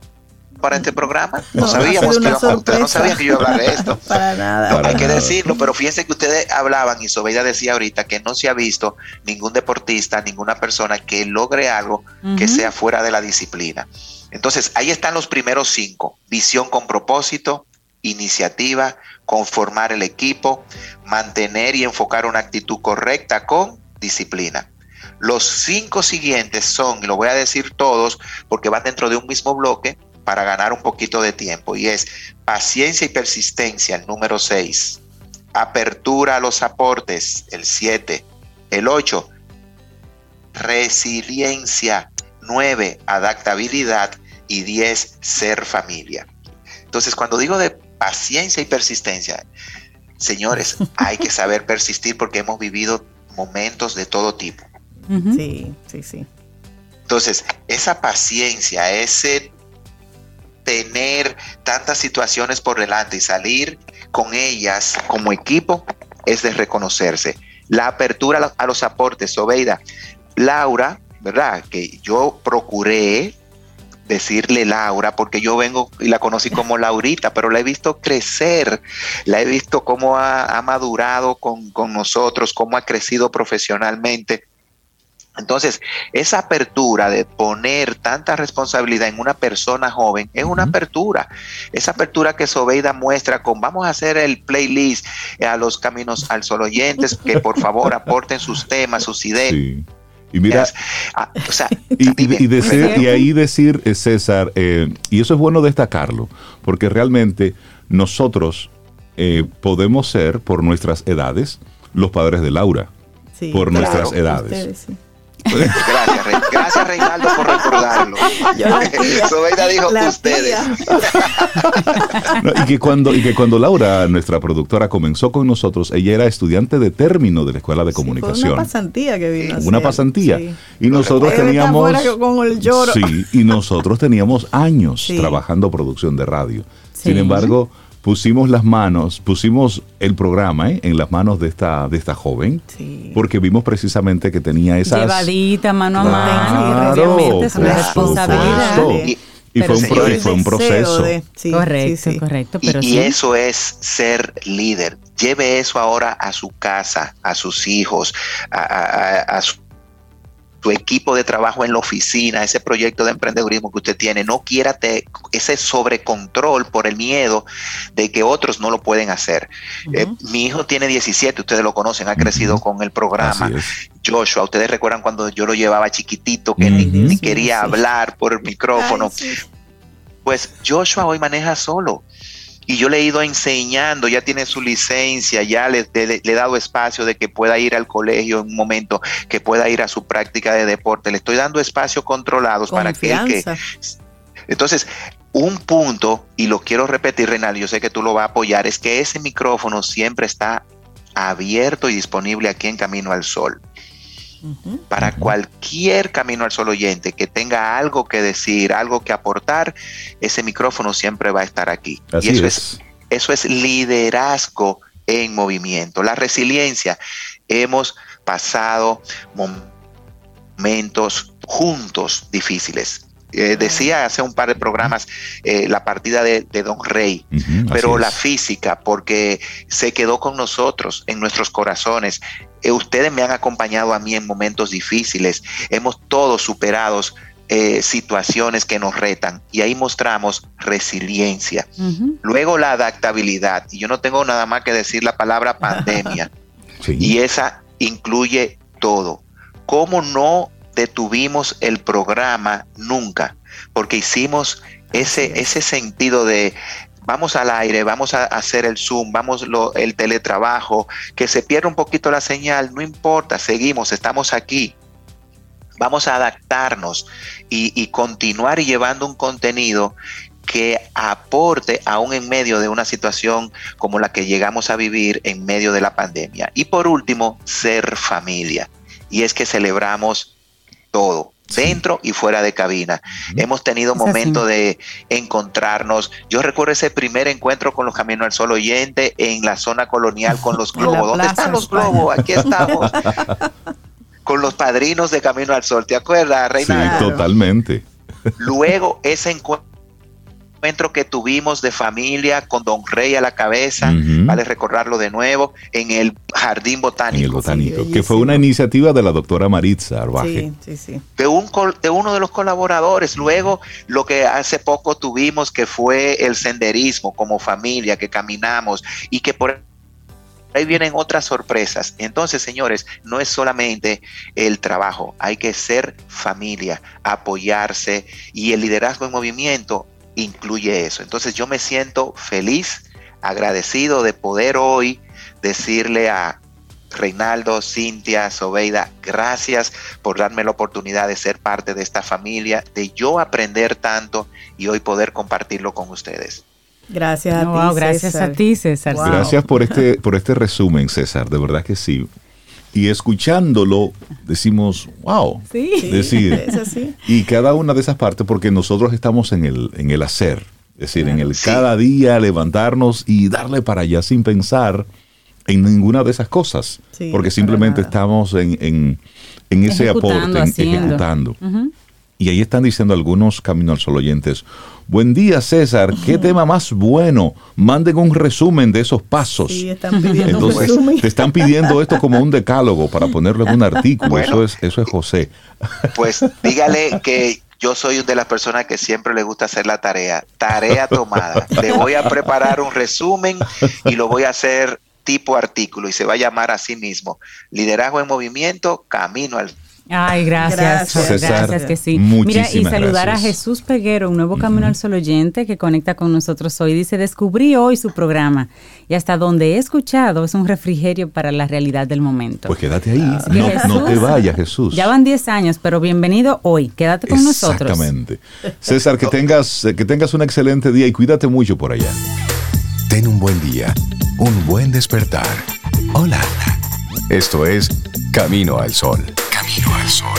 para este programa? No, no sabíamos que íbamos, ustedes no sabían que yo iba a hablar de esto. Para nada. No, para hay nada. que decirlo, pero fíjense que ustedes hablaban y Sobeida decía ahorita que no se ha visto ningún deportista, ninguna persona que logre algo uh-huh. que sea fuera de la disciplina. Entonces, ahí están los primeros cinco: visión con propósito, iniciativa, conformar el equipo, mantener y enfocar una actitud correcta con disciplina. Los cinco siguientes son, y lo voy a decir todos porque van dentro de un mismo bloque para ganar un poquito de tiempo, y es paciencia y persistencia, el número seis, apertura a los aportes, el siete, el ocho, resiliencia, nueve, adaptabilidad y diez, ser familia. Entonces, cuando digo de paciencia y persistencia, señores, hay que saber persistir porque hemos vivido momentos de todo tipo. Uh-huh. Sí, sí, sí. Entonces, esa paciencia, ese tener tantas situaciones por delante y salir con ellas como equipo, es de reconocerse. La apertura a los aportes, Sobeida, Laura, ¿verdad? Que yo procuré decirle Laura, porque yo vengo y la conocí como Laurita, pero la he visto crecer, la he visto cómo ha, ha madurado con, con nosotros, cómo ha crecido profesionalmente. Entonces, esa apertura de poner tanta responsabilidad en una persona joven es una apertura. Esa apertura que Sobeida muestra con vamos a hacer el playlist a los Caminos al Sol oyentes, que por favor aporten sus temas, sus ideas. Sí. Y mira, ah, o sea, y, y, y, decir, y ahí decir, César, eh, y eso es bueno destacarlo, porque realmente nosotros eh, podemos ser, por nuestras edades, los padres de Laura, sí, por claro, nuestras edades. Ustedes, sí. Gracias, Rey. Gracias, Reinaldo, por recordarlo. Sobeida dijo la ustedes. No, y, que cuando, y que cuando Laura, nuestra productora, comenzó con nosotros, ella era estudiante de término de la Escuela de sí, Comunicación. Una pasantía que vino. Sí. Una pasantía. Sí. Y nosotros Él teníamos. Con el lloro. Sí, y nosotros teníamos años sí. trabajando producción de radio. Sí. Sin embargo, pusimos las manos, pusimos el programa ¿eh? en las manos de esta, de esta joven, sí. porque vimos precisamente que tenía esas... Llevadita, mano a claro, mano, y obviamente es una responsabilidad. Y, y, fue un, pro, y fue un proceso. De, sí, correcto, sí, sí. correcto. Pero y, sí. y eso es ser líder. Lleve eso ahora a su casa, a sus hijos, a, a, a su tu equipo de trabajo en la oficina, ese proyecto de emprendedurismo que usted tiene, no quiera te, ese sobrecontrol por el miedo de que otros no lo pueden hacer. Uh-huh. Eh, mi hijo tiene diecisiete, ustedes lo conocen, ha crecido uh-huh. con el programa. Joshua, ustedes recuerdan cuando yo lo llevaba chiquitito, que uh-huh. ni, ni quería sí. hablar por el micrófono. Ay, sí. Pues Joshua hoy maneja solo. Y yo le he ido enseñando, ya tiene su licencia, ya le, le, le he dado espacio de que pueda ir al colegio en un momento, que pueda ir a su práctica de deporte. Le estoy dando espacios controlados para que él que... Entonces, un punto, y lo quiero repetir, Reinaldo, yo sé que tú lo vas a apoyar, es que ese micrófono siempre está abierto y disponible aquí en Camino al Sol. Uh-huh. Para cualquier Camino al Sol oyente que tenga algo que decir, algo que aportar, ese micrófono siempre va a estar aquí. Así y eso es. es, eso es liderazgo en movimiento. La resiliencia, hemos pasado momentos juntos difíciles. Eh, decía hace un par de programas eh, la partida de, de Don Rey, uh-huh, pero la física, porque se quedó con nosotros en nuestros corazones. Eh, ustedes me han acompañado a mí en momentos difíciles. Hemos todos superado eh, situaciones que nos retan y ahí mostramos resiliencia. Uh-huh. Luego la adaptabilidad, y yo no tengo nada más que decir la palabra pandemia, sí. y esa incluye todo. ¿Cómo no detuvimos el programa nunca? Porque hicimos ese, ese sentido de vamos al aire, vamos a hacer el Zoom, vamos lo, el teletrabajo, que se pierda un poquito la señal, no importa, seguimos, estamos aquí. Vamos a adaptarnos y, y continuar llevando un contenido que aporte aún en medio de una situación como la que llegamos a vivir en medio de la pandemia. Y por último, ser familia. Y es que celebramos todo, sí. dentro y fuera de cabina. Uh-huh. Hemos tenido momentos de encontrarnos. Yo recuerdo ese primer encuentro con los Camino al Sol oyentes en la zona colonial con los globos. ¿Dónde están los globos? Aquí estamos. Con los padrinos de Camino al Sol. ¿Te acuerdas, Reinaldo? Sí, totalmente. Luego ese encuentro que tuvimos de familia con Don Rey a la cabeza, uh-huh. vale recordarlo de nuevo, en el Jardín Botánico. En el Botánico, sí, que fue una iniciativa de la doctora Maritza Arbaje. Sí, sí, sí. De, un, de uno de los colaboradores. Luego, lo que hace poco tuvimos, que fue el senderismo como familia, que caminamos y que por ahí vienen otras sorpresas. Entonces, señores, no es solamente el trabajo, hay que ser familia, apoyarse, y el liderazgo en movimiento incluye eso. Entonces yo me siento feliz, agradecido de poder hoy decirle a Reinaldo, Cintia, Sobeida, gracias por darme la oportunidad de ser parte de esta familia, de yo aprender tanto y hoy poder compartirlo con ustedes. Gracias a no, ti, wow, gracias César. a ti, César. Wow. Gracias por este, por este resumen, César, de verdad que sí. Y escuchándolo, decimos, wow. Sí, decir, es así. Y cada una de esas partes, porque nosotros estamos en el, en el hacer, es decir, claro, en el sí. cada día levantarnos y darle para allá sin pensar en ninguna de esas cosas, sí, porque simplemente estamos en, en, en ese aporte, en, ejecutando. Uh-huh. Y ahí están diciendo algunos Camino al Sol oyentes, buen día, César, qué uh-huh. tema más bueno, manden un resumen de esos pasos. Sí, están pidiendo Entonces, un resumen. Te están pidiendo esto como un decálogo para ponerlo en un artículo, bueno, eso es, eso es José. Pues dígale que yo soy de las personas que siempre le gusta hacer la tarea, tarea tomada. Le voy a preparar un resumen y lo voy a hacer tipo artículo y se va a llamar así mismo, Liderazgo en Movimiento, Camino al Ay, gracias. Gracias, César, gracias que sí. Mira, y saludar gracias. a Jesús Peguero, un nuevo Camino uh-huh. al Sol oyente que conecta con nosotros hoy. Dice, descubrí hoy su programa y hasta donde he escuchado es un refrigerio para la realidad del momento. Pues quédate ahí, no, Jesús, no te vayas, Jesús. Ya van diez años, pero bienvenido hoy, quédate con nosotros. Exactamente. César, que tengas, que tengas un excelente día y cuídate mucho por allá. Ten un buen día, un buen despertar. Hola. Esto es Camino al Sol. Camino al Sol.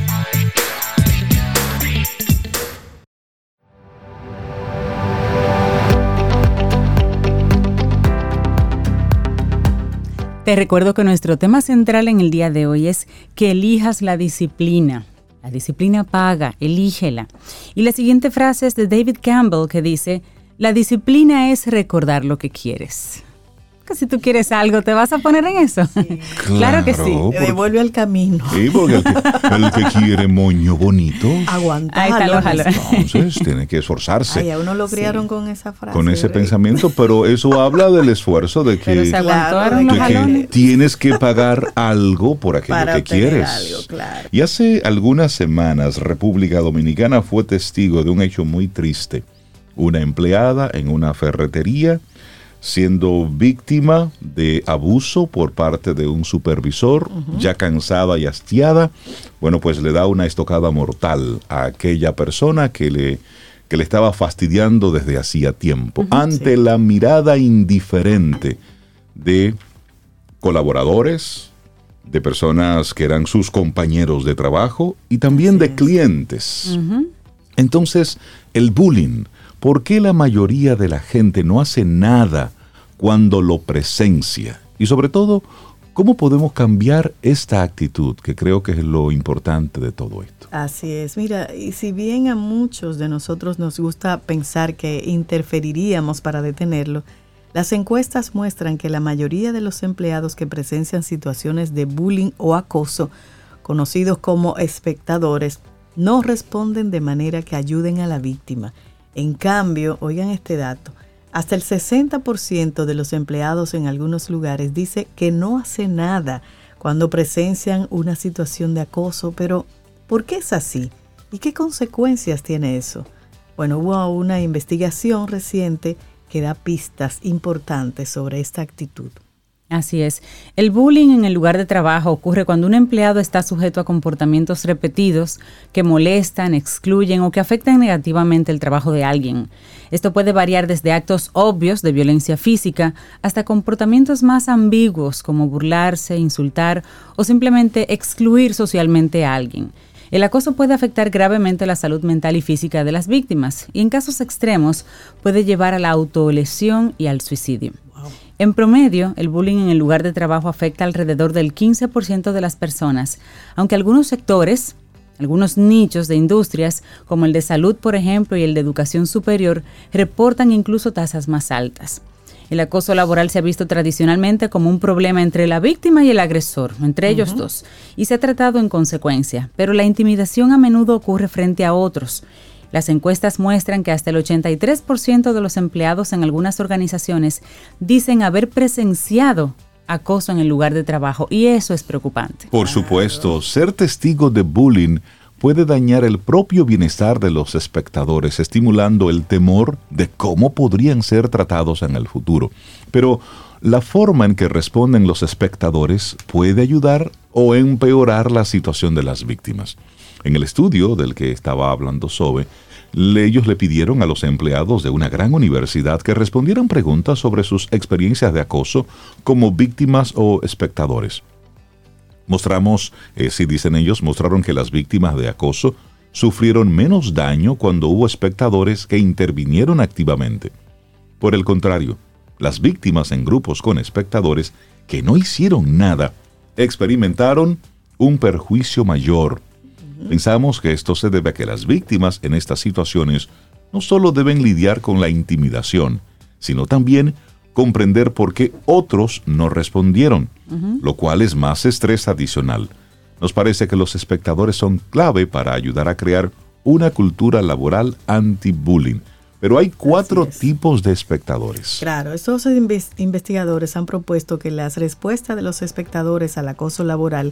Te recuerdo que nuestro tema central en el día de hoy es que elijas la disciplina. La disciplina paga, elígela. Y la siguiente frase es de David Campbell que dice, la disciplina es recordar lo que quieres. Que si tú quieres algo, ¿te vas a poner en eso? Sí. Claro, claro que sí. Te devuelve al camino. Sí, porque el que, el que quiere moño bonito, aguantar. Entonces tiene que esforzarse. Ay, a uno lo criaron sí. con esa frase. Con ese rey. pensamiento, pero eso habla del esfuerzo de que, se claro, de que tienes que pagar algo por aquello Para que quieres. Algo, claro. Y hace algunas semanas, República Dominicana fue testigo de un hecho muy triste. Una empleada en una ferretería siendo víctima de abuso por parte de un supervisor, uh-huh. ya cansada y hastiada, bueno, pues le da una estocada mortal a aquella persona que le, que le estaba fastidiando desde hacía tiempo, uh-huh, ante sí. la mirada indiferente de colaboradores, de personas que eran sus compañeros de trabajo y también Así de es. clientes. Uh-huh. Entonces, el bullying, ¿por qué la mayoría de la gente no hace nada cuando lo presencia? Y sobre todo, ¿cómo podemos cambiar esta actitud? Que creo que es lo importante de todo esto. Así es. Mira, y si bien a muchos de nosotros nos gusta pensar que interferiríamos para detenerlo, las encuestas muestran que la mayoría de los empleados que presencian situaciones de bullying o acoso, conocidos como espectadores, no responden de manera que ayuden a la víctima. En cambio, oigan este dato, hasta el sesenta por ciento de los empleados en algunos lugares dice que no hace nada cuando presencian una situación de acoso, pero ¿por qué es así? ¿Y qué consecuencias tiene eso? Bueno, hubo una investigación reciente que da pistas importantes sobre esta actitud. Así es. El bullying en el lugar de trabajo ocurre cuando un empleado está sujeto a comportamientos repetidos que molestan, excluyen o que afectan negativamente el trabajo de alguien. Esto puede variar desde actos obvios de violencia física hasta comportamientos más ambiguos como burlarse, insultar o simplemente excluir socialmente a alguien. El acoso puede afectar gravemente la salud mental y física de las víctimas y en casos extremos puede llevar a la autolesión y al suicidio. En promedio, el bullying en el lugar de trabajo afecta alrededor del quince por ciento de las personas, aunque algunos sectores, algunos nichos de industrias, como el de salud, por ejemplo, y el de educación superior, reportan incluso tasas más altas. El acoso laboral se ha visto tradicionalmente como un problema entre la víctima y el agresor, entre ellos uh-huh. dos, y se ha tratado en consecuencia, pero la intimidación a menudo ocurre frente a otros. Las encuestas muestran que hasta el ochenta y tres por ciento de los empleados en algunas organizaciones dicen haber presenciado acoso en el lugar de trabajo y eso es preocupante. Por supuesto, ser testigo de bullying puede dañar el propio bienestar de los espectadores, estimulando el temor de cómo podrían ser tratados en el futuro. Pero la forma en que responden los espectadores puede ayudar o empeorar la situación de las víctimas. En el estudio del que estaba hablando Sobe, ellos le pidieron a los empleados de una gran universidad que respondieran preguntas sobre sus experiencias de acoso como víctimas o espectadores. Mostramos, eh, si dicen ellos, mostraron que las víctimas de acoso sufrieron menos daño cuando hubo espectadores que intervinieron activamente. Por el contrario, las víctimas en grupos con espectadores que no hicieron nada experimentaron un perjuicio mayor. Pensamos que esto se debe a que las víctimas en estas situaciones no solo deben lidiar con la intimidación, sino también comprender por qué otros no respondieron, uh-huh. lo cual es más estrés adicional. Nos parece que los espectadores son clave para ayudar a crear una cultura laboral anti-bullying. Pero hay cuatro tipos de espectadores. Claro, estos investigadores han propuesto que las respuestas de los espectadores al acoso laboral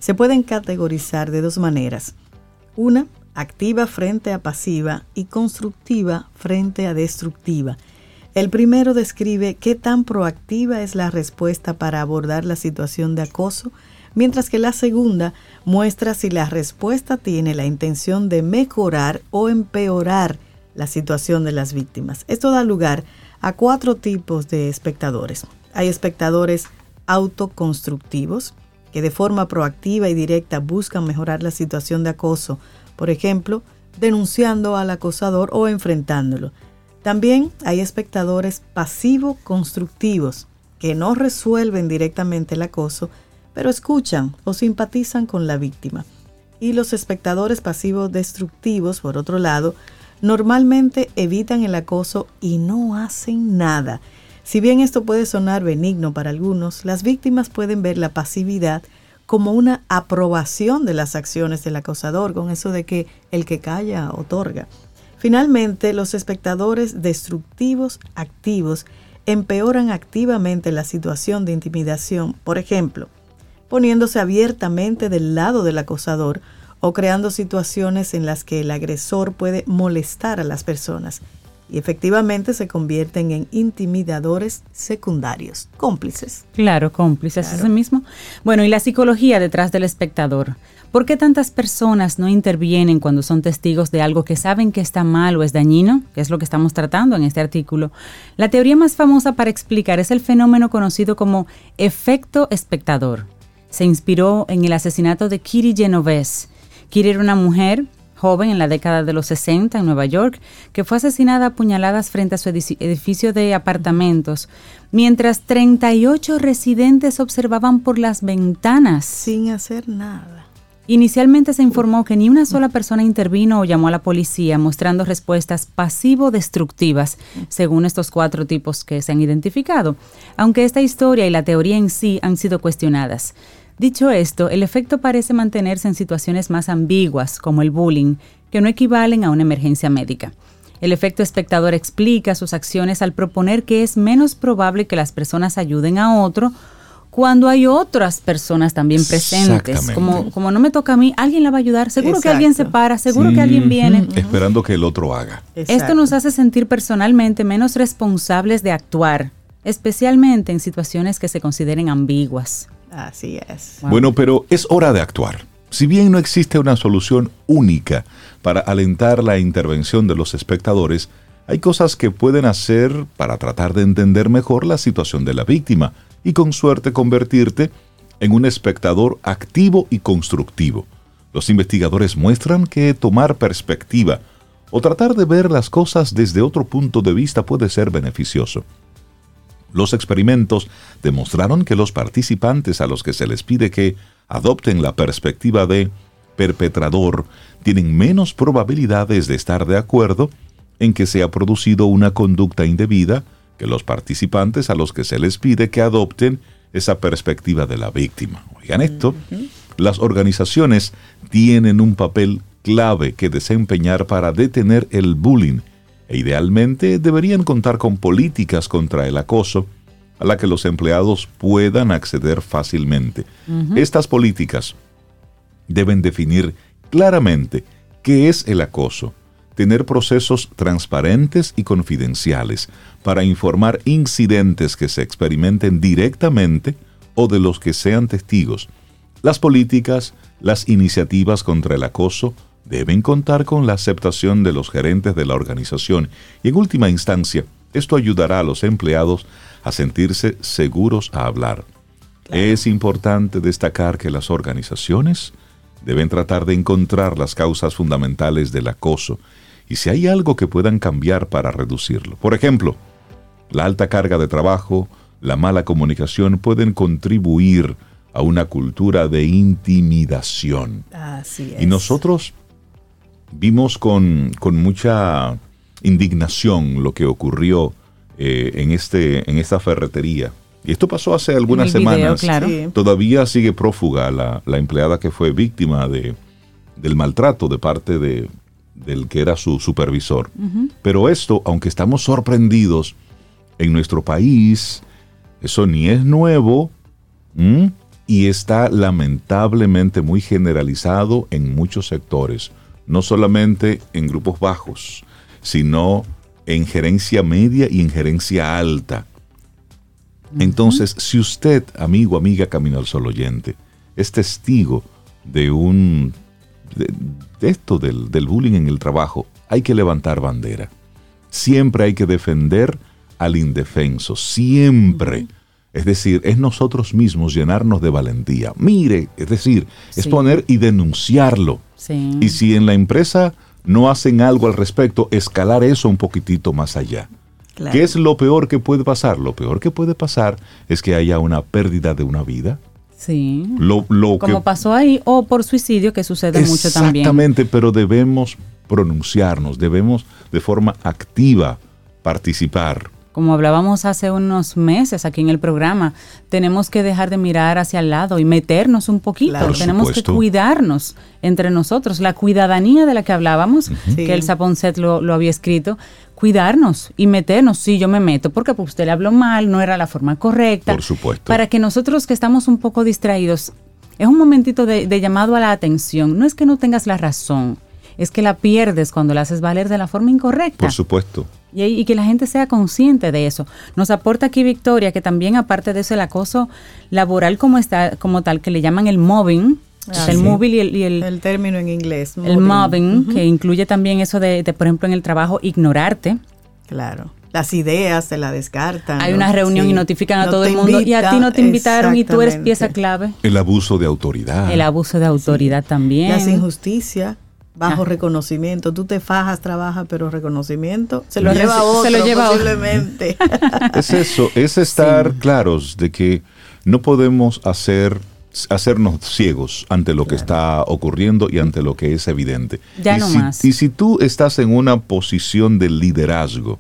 se pueden categorizar de dos maneras. Una, activa frente a pasiva y constructiva frente a destructiva. El primero describe qué tan proactiva es la respuesta para abordar la situación de acoso, mientras que la segunda muestra si la respuesta tiene la intención de mejorar o empeorar la situación de las víctimas. Esto da lugar a cuatro tipos de espectadores. Hay espectadores autoconstructivos, que de forma proactiva y directa buscan mejorar la situación de acoso, por ejemplo, denunciando al acosador o enfrentándolo. También hay espectadores pasivo-constructivos, que no resuelven directamente el acoso, pero escuchan o simpatizan con la víctima. Y los espectadores pasivos-destructivos, por otro lado, normalmente evitan el acoso y no hacen nada. Si bien esto puede sonar benigno para algunos, las víctimas pueden ver la pasividad como una aprobación de las acciones del acosador, con eso de que el que calla otorga. Finalmente, los espectadores destructivos activos empeoran activamente la situación de intimidación, por ejemplo, poniéndose abiertamente del lado del acosador o creando situaciones en las que el agresor puede molestar a las personas y efectivamente se convierten en intimidadores secundarios, cómplices. Claro, cómplices, Claro. es el mismo. Bueno, y la psicología detrás del espectador. ¿Por qué tantas personas no intervienen cuando son testigos de algo que saben que está mal o es dañino? Que es lo que estamos tratando en este artículo. La teoría más famosa para explicar es el fenómeno conocido como efecto espectador. Se inspiró en el asesinato de Kitty Genovese. Kitty era una mujer joven en la década de los sesenta en Nueva York, que fue asesinada a puñaladas frente a su edificio de apartamentos, mientras treinta y ocho residentes observaban por las ventanas. Sin hacer nada. Inicialmente se informó que ni una sola persona intervino o llamó a la policía, mostrando respuestas pasivo-destructivas, según estos cuatro tipos que se han identificado, aunque esta historia y la teoría en sí han sido cuestionadas. Dicho esto, el efecto parece mantenerse en situaciones más ambiguas, como el bullying, que no equivalen a una emergencia médica. El efecto espectador explica sus acciones al proponer que es menos probable que las personas ayuden a otro cuando hay otras personas también presentes. Como, como no me toca a mí, alguien la va a ayudar, seguro Exacto. que alguien se para, seguro Sí, que alguien viene. ujú, esperando que el otro haga. Esto Exacto. nos hace sentir personalmente menos responsables de actuar, especialmente en situaciones que se consideren ambiguas. Así es. Wow. Bueno, pero es hora de actuar. Si bien no existe una solución única para alentar la intervención de los espectadores, hay cosas que pueden hacer para tratar de entender mejor la situación de la víctima y con suerte convertirte en un espectador activo y constructivo. Los investigadores muestran que tomar perspectiva o tratar de ver las cosas desde otro punto de vista puede ser beneficioso. Los experimentos demostraron que los participantes a los que se les pide que adopten la perspectiva de perpetrador tienen menos probabilidades de estar de acuerdo en que se ha producido una conducta indebida que los participantes a los que se les pide que adopten esa perspectiva de la víctima. Oigan esto, las organizaciones tienen un papel clave que desempeñar para detener el bullying e idealmente deberían contar con políticas contra el acoso a la que los empleados puedan acceder fácilmente. Uh-huh. Estas políticas deben definir claramente qué es el acoso, tener procesos transparentes y confidenciales para informar incidentes que se experimenten directamente o de los que sean testigos. Las políticas, las iniciativas contra el acoso deben contar con la aceptación de los gerentes de la organización y en última instancia, esto ayudará a los empleados a sentirse seguros a hablar. Claro. Es importante destacar que las organizaciones deben tratar de encontrar las causas fundamentales del acoso y si hay algo que puedan cambiar para reducirlo. Por ejemplo, la alta carga de trabajo, la mala comunicación pueden contribuir a una cultura de intimidación. Así es. Y nosotros vimos con, con mucha indignación lo que ocurrió eh, en, este, en esta ferretería. Y esto pasó hace algunas video, semanas. Claro. Sí. Todavía sigue prófuga la, la empleada que fue víctima de, del maltrato de parte de, del que era su supervisor. Uh-huh. Pero esto, aunque estamos sorprendidos, en nuestro país, eso ni es nuevo, ¿m? y está lamentablemente muy generalizado en muchos sectores, no solamente en grupos bajos, sino en gerencia media y en gerencia alta. Entonces, si usted, amigo, amiga, Camino al Sol oyente, es testigo de un de, de esto del, del bullying en el trabajo, hay que levantar bandera. Siempre hay que defender al indefenso, siempre. Uh-huh. Es decir, es nosotros mismos llenarnos de valentía. Mire, es decir, sí. es poner y denunciarlo. Sí. Y si en la empresa no hacen algo al respecto, escalar eso un poquitito más allá. Claro. ¿Qué es lo peor que puede pasar? Lo peor que puede pasar es que haya una pérdida de una vida. Sí. Lo, lo Como que, pasó ahí, o por suicidio, que sucede mucho también. Exactamente, pero debemos pronunciarnos, debemos de forma activa participar. Como hablábamos hace unos meses aquí en el programa, tenemos que dejar de mirar hacia el lado y meternos un poquito. Claro. Tenemos que cuidarnos entre nosotros. La cuidadanía de la que hablábamos, uh-huh. que sí. el Saponset lo, lo había escrito, cuidarnos y meternos. Sí, yo me meto porque pues, usted le habló mal, no era la forma correcta. Por supuesto. Para que nosotros que estamos un poco distraídos, es un momentito de, de llamado a la atención. No es que no tengas la razón, es que la pierdes cuando la haces valer de la forma incorrecta. Por supuesto. Y, y que la gente sea consciente de eso. Nos aporta aquí Victoria, que también aparte de eso, el acoso laboral como está, como tal, que le llaman el mobbing, ah, el sí. móvil y el, y el... El término en inglés. El mobbing, mobbing uh-huh. que incluye también eso de, de, por ejemplo, en el trabajo, ignorarte. Claro. Las ideas se la descartan. Hay ¿no? una reunión sí. y notifican a no todo el mundo invita, y a ti no te invitaron y tú eres pieza clave. El abuso de autoridad. El abuso de autoridad sí. también. Las injusticias. Bajo ah. reconocimiento, tú te fajas, trabajas, pero reconocimiento se lo lleva a otro, se lo lleva posiblemente. Es eso, es estar sí. claros de que no podemos hacer hacernos ciegos ante lo claro. que está ocurriendo y ante lo que es evidente. Ya y no si, más. Y si tú estás en una posición de liderazgo,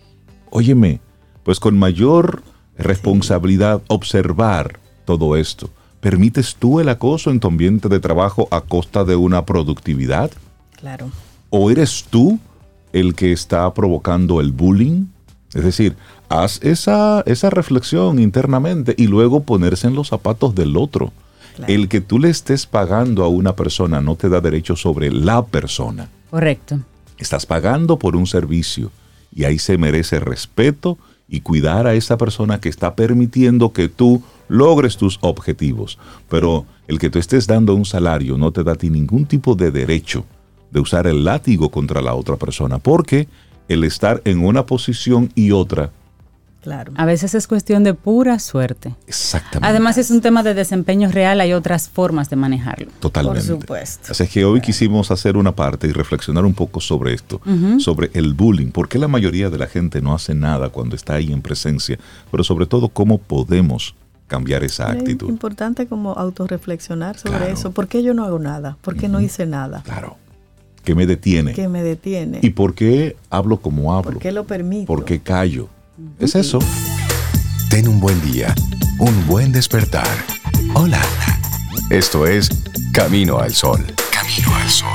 óyeme, pues con mayor responsabilidad sí. observar todo esto. ¿Permites tú el acoso en tu ambiente de trabajo a costa de una productividad? Claro. ¿O eres tú el que está provocando el bullying? Es decir, haz esa, esa reflexión internamente y luego ponerse en los zapatos del otro. Claro. El que tú le estés pagando a una persona no te da derecho sobre la persona. Correcto. Estás pagando por un servicio y ahí se merece respeto y cuidar a esa persona que está permitiendo que tú logres tus objetivos. Pero el que tú estés dando un salario no te da a ti ningún tipo de derecho de usar el látigo contra la otra persona, porque el estar en una posición y otra, claro, a veces es cuestión de pura suerte. Exactamente. Además es un tema de desempeño real, hay otras formas de manejarlo. Totalmente. Por supuesto. Así es que hoy quisimos hacer una parte y reflexionar un poco sobre esto, uh-huh. sobre el bullying, por qué la mayoría de la gente no hace nada cuando está ahí en presencia, pero sobre todo cómo podemos cambiar esa actitud. Es importante como autorreflexionar sobre claro. eso. ¿Por qué yo no hago nada? ¿Por qué uh-huh. no hice nada? Claro. ¿Qué me detiene? ¿Qué me detiene? ¿Y por qué hablo como hablo? ¿Por qué lo permito? ¿Por qué callo? Uh-huh. Es eso. Ten un buen día, un buen despertar. Hola. Esto es Camino al Sol. Camino al Sol.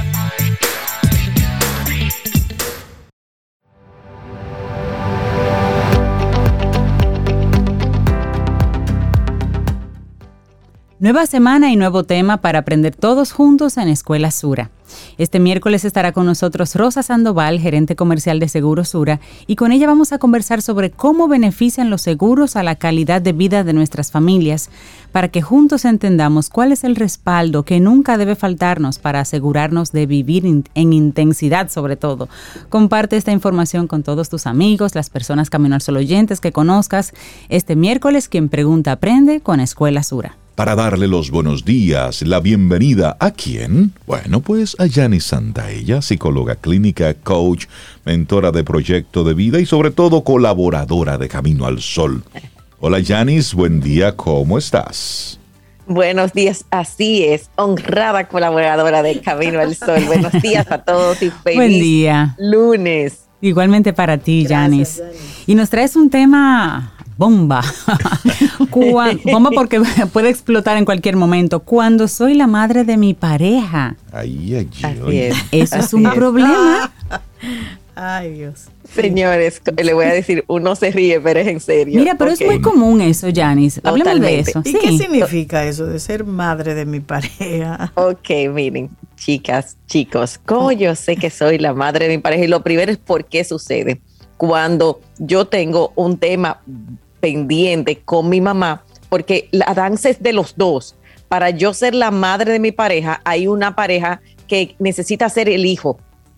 Nueva semana y nuevo tema para aprender todos juntos en Escuela Sura. Este miércoles estará con nosotros Rosa Sandoval, gerente comercial de Seguros Sura, y con ella vamos a conversar sobre cómo benefician los seguros a la calidad de vida de nuestras familias, para que juntos entendamos cuál es el respaldo que nunca debe faltarnos para asegurarnos de vivir in- en intensidad sobre todo. Comparte esta información con todos tus amigos, las personas Camino al Sol oyentes que conozcas. Este miércoles, quien pregunta aprende con Escuela Sura. Para darle los buenos días, la bienvenida a quién? Bueno, pues a Yanis Santaella, psicóloga clínica, coach, mentora de proyecto de vida y sobre todo colaboradora de Camino al Sol. Hola Yanis, buen día, ¿cómo estás? Buenos días, así es, honrada colaboradora de Camino al Sol. Buenos días a todos y feliz buen día. Lunes. Igualmente para ti, Yanis. Y nos traes un tema... bomba. Bomba porque puede explotar en cualquier momento. Cuando soy la madre de mi pareja. Ay, ay, Así ay. es. Eso Así es un es. problema. Ay, Dios. Señores, le voy a decir, uno se ríe, pero es en serio. Mira, pero okay. es muy común eso, Janice. Hablemos de eso. ¿Y sí. qué significa eso de ser madre de mi pareja? Ok, miren, chicas, chicos, como yo sé que soy la madre de mi pareja, y lo primero es por qué sucede. Cuando yo tengo un tema pendiente con mi mamá, porque la danza es de los dos. Para yo ser la madre de mi pareja, hay una pareja que necesita ser el hijo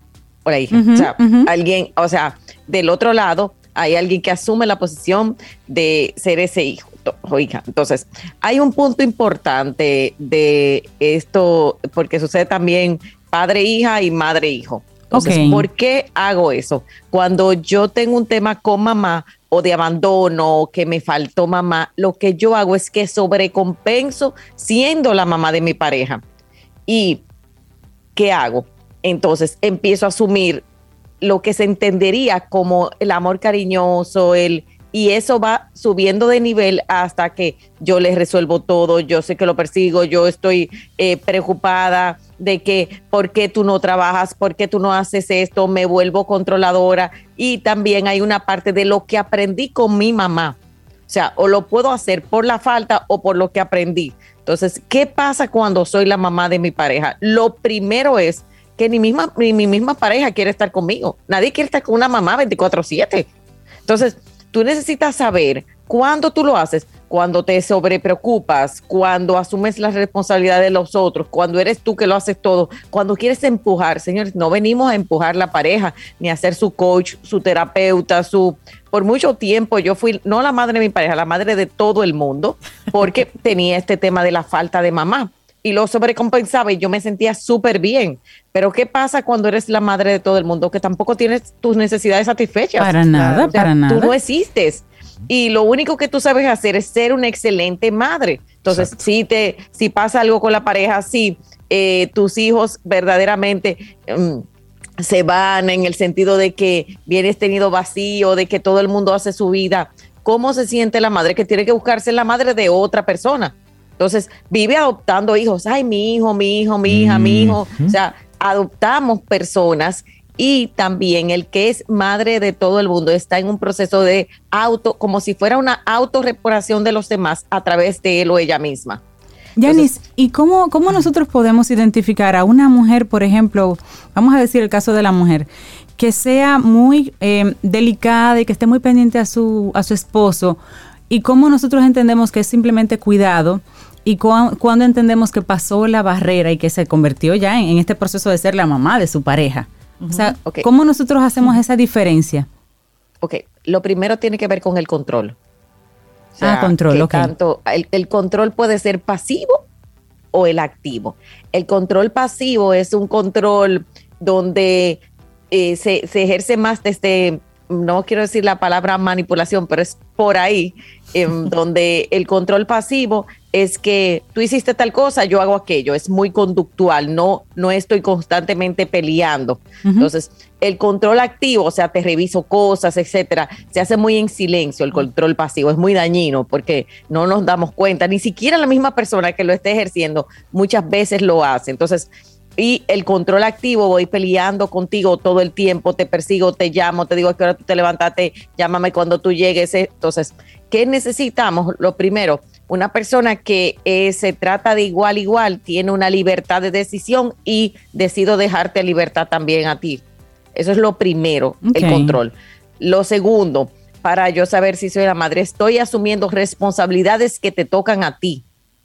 o la hija. Uh-huh, o sea, uh-huh. alguien, o sea, del otro lado hay alguien que asume la posición de ser ese hijo o hija. Entonces, hay un punto importante de esto, porque sucede también padre-hija y madre-hijo. Entonces, okay. ¿por qué hago eso? Cuando yo tengo un tema con mamá o de abandono, que me faltó mamá, lo que yo hago es que sobrecompenso siendo la mamá de mi pareja. ¿Y qué hago? Entonces, empiezo a asumir lo que se entendería como el amor cariñoso, el y eso va subiendo de nivel hasta que yo les resuelvo todo, yo sé que lo persigo, yo estoy eh, preocupada de que por qué tú no trabajas, por qué tú no haces esto, me vuelvo controladora. Y también hay una parte de lo que aprendí con mi mamá, o sea, o lo puedo hacer por la falta o por lo que aprendí. Entonces, ¿qué pasa cuando soy la mamá de mi pareja? Lo primero es que ni, misma, ni mi misma pareja quiere estar conmigo, nadie quiere estar con una mamá veinticuatro siete. Entonces, tú necesitas saber cuándo tú lo haces, cuando te sobrepreocupas, cuando asumes la responsabilidad de los otros, cuando eres tú que lo haces todo, cuando quieres empujar. Señores, no venimos a empujar la pareja, ni a ser su coach, su terapeuta, su... Por mucho tiempo yo fui, no la madre de mi pareja, la madre de todo el mundo, porque tenía este tema de la falta de mamá. Y lo sobrecompensaba y yo me sentía súper bien. Pero ¿qué pasa cuando eres la madre de todo el mundo? Que tampoco tienes tus necesidades satisfechas. Para nada, o sea, para nada. Tú no existes. Y lo único que tú sabes hacer es ser una excelente madre. Entonces, si te, si pasa algo con la pareja, si eh, tus hijos verdaderamente um, se van en el sentido de que vienes tenido vacío, de que todo el mundo hace su vida, ¿cómo se siente la madre que tiene que buscarse la madre de otra persona? Entonces, vive adoptando hijos. Ay, mi hijo, mi hijo, mi hija, mm-hmm. mi hijo. O sea, adoptamos personas y también el que es madre de todo el mundo está en un proceso de auto, como si fuera una autorreparación de los demás a través de él o ella misma. Janice, ¿y cómo, cómo nosotros podemos identificar a una mujer, por ejemplo, vamos a decir el caso de la mujer, que sea muy eh, delicada y que esté muy pendiente a su, a su esposo? ¿Y cómo nosotros entendemos que es simplemente cuidado? ¿Y cu- cuándo entendemos que pasó la barrera y que se convirtió ya en, en este proceso de ser la mamá de su pareja? Uh-huh. O sea, okay. ¿Cómo nosotros hacemos uh-huh. esa diferencia? Ok, lo primero tiene que ver con el control. O sea, ah, control, ok. Tanto, el, el control puede ser pasivo o el activo. El control pasivo es un control donde eh, se, se ejerce más desde... no quiero decir la palabra manipulación, pero es por ahí, eh, donde el control pasivo es que tú hiciste tal cosa, yo hago aquello, es muy conductual, no, no estoy constantemente peleando. Uh-huh. Entonces, el control activo, o sea, te reviso cosas, etcétera, se hace muy en silencio. El control pasivo es muy dañino porque no nos damos cuenta, ni siquiera la misma persona que lo esté ejerciendo muchas veces lo hace. Entonces, y el control activo, voy peleando contigo todo el tiempo, te persigo, te llamo, te digo a qué hora tú te levantaste, llámame cuando tú llegues. Entonces, ¿qué necesitamos? Lo primero, una persona que eh, se trata de igual a igual, tiene una libertad de decisión y decido dejarte libertad también a ti. Eso es lo primero, okay. El control. Lo segundo, para yo saber si soy la madre, estoy asumiendo responsabilidades que te tocan a ti.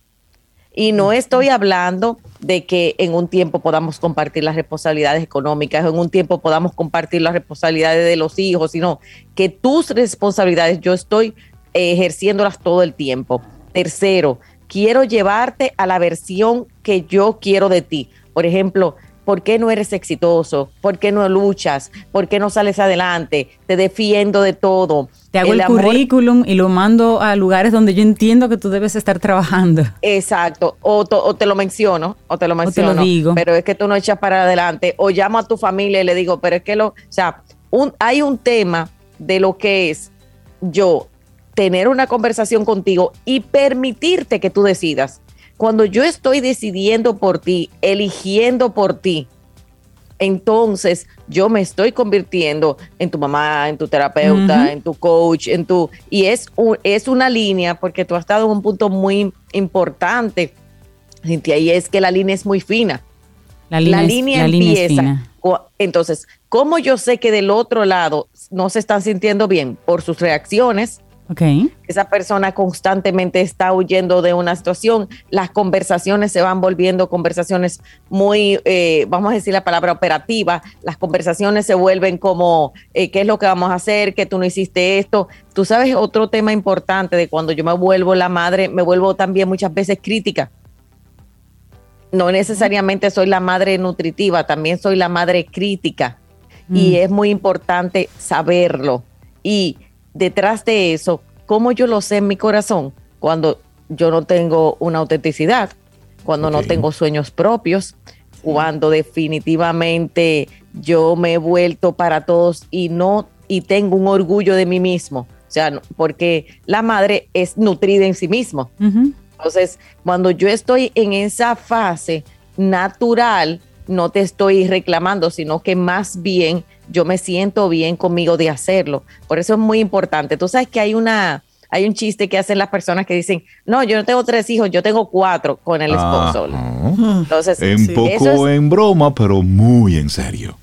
Y no estoy hablando de que en un tiempo podamos compartir las responsabilidades económicas, en un tiempo podamos compartir las responsabilidades de los hijos, sino que tus responsabilidades yo estoy eh, ejerciéndolas todo el tiempo. Tercero, quiero llevarte a la versión que yo quiero de ti. Por ejemplo, ¿por qué no eres exitoso? ¿Por qué no luchas? ¿Por qué no sales adelante? Te defiendo de todo. Te hago el, el currículum y lo mando a lugares donde yo entiendo que tú debes estar trabajando. Exacto. O, to, o te lo menciono, o te lo menciono. O te lo digo. Pero es que tú no echas para adelante. O llamo a tu familia y le digo, pero es que lo... O sea, un, hay un tema de lo que es yo tener una conversación contigo y permitirte que tú decidas. Cuando yo estoy decidiendo por ti, eligiendo por ti, entonces yo me estoy convirtiendo en tu mamá, en tu terapeuta, uh-huh. en tu coach, en tu y es, un, es una línea, porque tú has dado un punto muy importante, Cintia, y es que la línea es muy fina. La línea, la línea es, la empieza. Línea es fina. Entonces, ¿cómo yo sé que del otro lado no se están sintiendo bien? Por sus reacciones. Okay. Esa persona constantemente está huyendo de una situación, las conversaciones se van volviendo conversaciones muy, eh, vamos a decir la palabra operativa, las conversaciones se vuelven como, eh, ¿qué es lo que vamos a hacer? Que tú no hiciste esto. Tú sabes, otro tema importante de cuando yo me vuelvo la madre, me vuelvo también muchas veces crítica. No necesariamente soy la madre nutritiva, también soy la madre crítica. Mm. Y es muy importante saberlo. Y detrás de eso, ¿cómo yo lo sé en mi corazón? Cuando yo no tengo una autenticidad, cuando okay. no tengo sueños propios, cuando definitivamente yo me he vuelto para todos y no y tengo un orgullo de mí mismo. O sea, porque la madre es nutrida en sí mismo. Uh-huh. Entonces, cuando yo estoy en esa fase natural, no te estoy reclamando, sino que más bien yo me siento bien conmigo de hacerlo. Por eso es muy importante. Tú sabes que hay una, hay un chiste que hacen las personas que dicen, no, yo no tengo tres hijos, yo tengo cuatro con el esposo. Uh-huh. Entonces, un sí, poco es, en broma, pero muy en serio.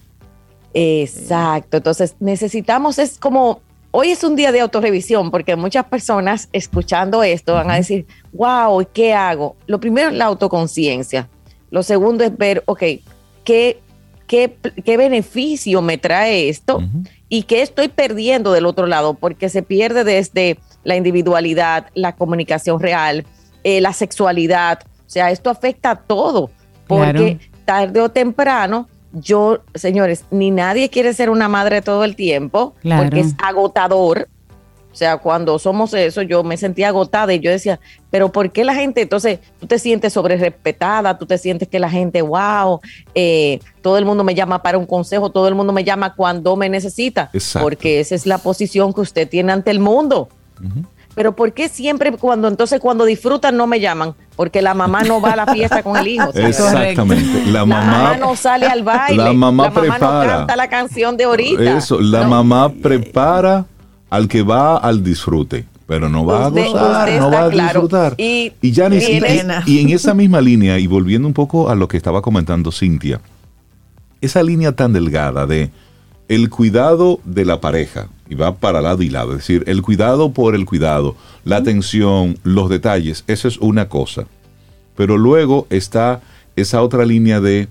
Exacto. Entonces, necesitamos, es como, hoy es un día de autorrevisión, porque muchas personas escuchando esto van a decir, wow, ¿qué hago? Lo primero es la autoconciencia. Lo segundo es ver, ok, ¿qué, qué, qué beneficio me trae esto? Uh-huh. Y qué estoy perdiendo del otro lado, porque se pierde desde la individualidad, la comunicación real, eh, la sexualidad. O sea, esto afecta a todo, porque claro. tarde o temprano, yo, señores, ni nadie quiere ser una madre todo el tiempo, claro. porque es agotador. O sea, cuando somos eso, yo me sentía agotada y yo decía, pero ¿por qué la gente? Entonces, tú te sientes sobrerespetada, tú te sientes que la gente, wow, eh, todo el mundo me llama para un consejo, todo el mundo me llama cuando me necesita. Exacto. Porque esa es la posición que usted tiene ante el mundo. Uh-huh. Pero ¿por qué siempre cuando, entonces cuando disfrutan no me llaman? Porque la mamá no va a la fiesta con el hijo. ¿Sabes? Exactamente. La, la mamá, mamá no sale al baile. La mamá, la mamá prepara. no canta la canción de ahorita. Eso, la no. mamá prepara al que va al disfrute, pero no va usted, a gozar, no va a claro. disfrutar. Y, y, ya ni, y, y en esa misma línea, y volviendo un poco a lo que estaba comentando Cintia, esa línea tan delgada de el cuidado de la pareja, y va para lado y lado, es decir, el cuidado por el cuidado, la atención, los detalles, eso es una cosa. Pero luego está esa otra línea de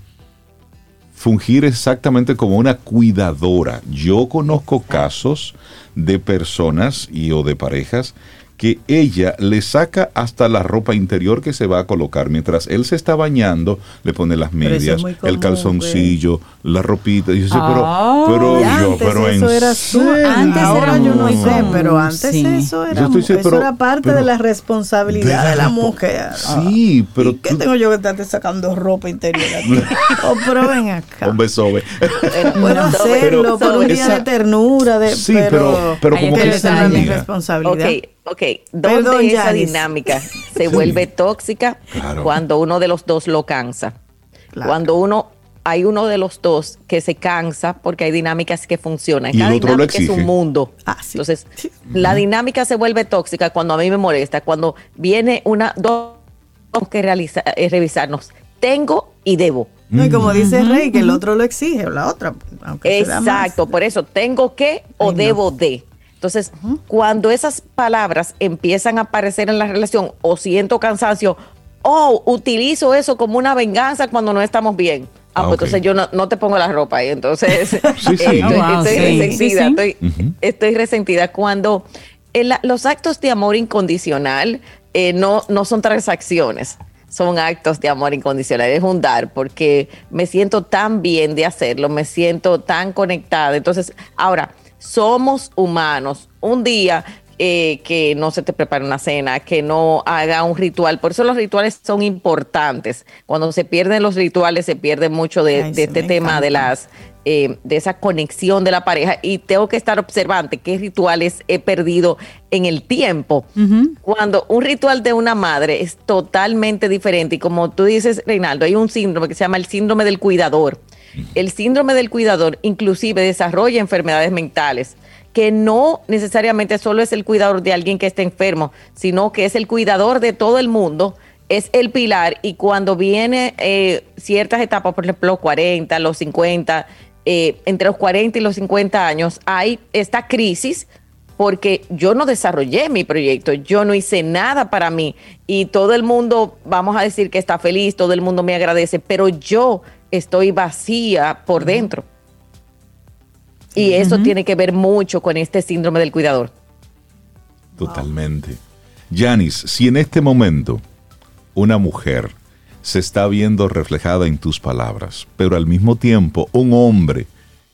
fungir exactamente como una cuidadora. Yo conozco casos de personas y o de parejas que ella le saca hasta la ropa interior que se va a colocar. Mientras él se está bañando, le pone las medias, común, el calzoncillo, ve. la ropita. Y yo sé, oh, pero, pero yo, pero eso en era su, antes ahora era yo no sé, común, pero antes sí. eso, era, estoy, eso pero, era parte pero, de la responsabilidad de, de la mujer. Sí, ah, pero... ¿Y qué tú, tengo yo que estarte sacando ropa interior aquí? Oh, pero ven acá. Un beso, ve. Puedo hacerlo por un día esa, de ternura, de, sí, pero, pero, pero como que esa es mi responsabilidad. Okay. Ok, ¿dónde Perdón, esa Yanis. dinámica se sí. vuelve tóxica? Claro. Cuando uno de los dos lo cansa. Claro. Cuando uno, hay uno de los dos que se cansa porque hay dinámicas que funcionan. Y Cada el otro dinámica lo exige. es un mundo. Ah, sí. Entonces, sí. la dinámica se vuelve tóxica cuando a mí me molesta, cuando viene una, dos, tenemos que realizar, eh, revisarnos. Tengo y debo. No, y como dice uh-huh, Rey, que el otro lo exige, o la otra. Aunque Exacto, por eso, tengo que o Ay, debo no. de. Entonces, uh-huh. cuando esas palabras empiezan a aparecer en la relación, o siento cansancio, o utilizo eso como una venganza cuando no estamos bien. Ah, ah pues okay. entonces yo no, no te pongo la ropa ahí. Entonces, sí, sí. Eh, estoy, oh, wow, estoy sí. resentida. Sí, sí. Estoy, uh-huh. estoy resentida. Cuando el, los actos de amor incondicional eh, no, no son transacciones. Son actos de amor incondicional, es un dar, porque me siento tan bien de hacerlo, me siento tan conectada. Entonces, ahora, somos humanos. Un día eh, que no se te prepare una cena, que no haga un ritual. Por eso los rituales son importantes. Cuando se pierden los rituales, se pierde mucho de, Ay, de este tema encanta. de las eh, de esa conexión de la pareja. Y tengo que estar observante qué rituales he perdido en el tiempo. Uh-huh. Cuando un ritual de una madre es totalmente diferente. Y como tú dices, Reinaldo, hay un síndrome que se llama el síndrome del cuidador. El síndrome del cuidador inclusive desarrolla enfermedades mentales, que no necesariamente solo es el cuidador de alguien que esté enfermo, sino que es el cuidador de todo el mundo, es el pilar, y cuando viene eh, ciertas etapas, por ejemplo, los cuarenta, los cincuenta, eh, entre los cuarenta y los cincuenta años, hay esta crisis porque yo no desarrollé mi proyecto, yo no hice nada para mí, y todo el mundo, vamos a decir que está feliz, todo el mundo me agradece, pero yo estoy vacía por dentro. Y eso uh-huh. tiene que ver mucho con este síndrome del cuidador. Totalmente. Yanis, si en este momento una mujer se está viendo reflejada en tus palabras, pero al mismo tiempo un hombre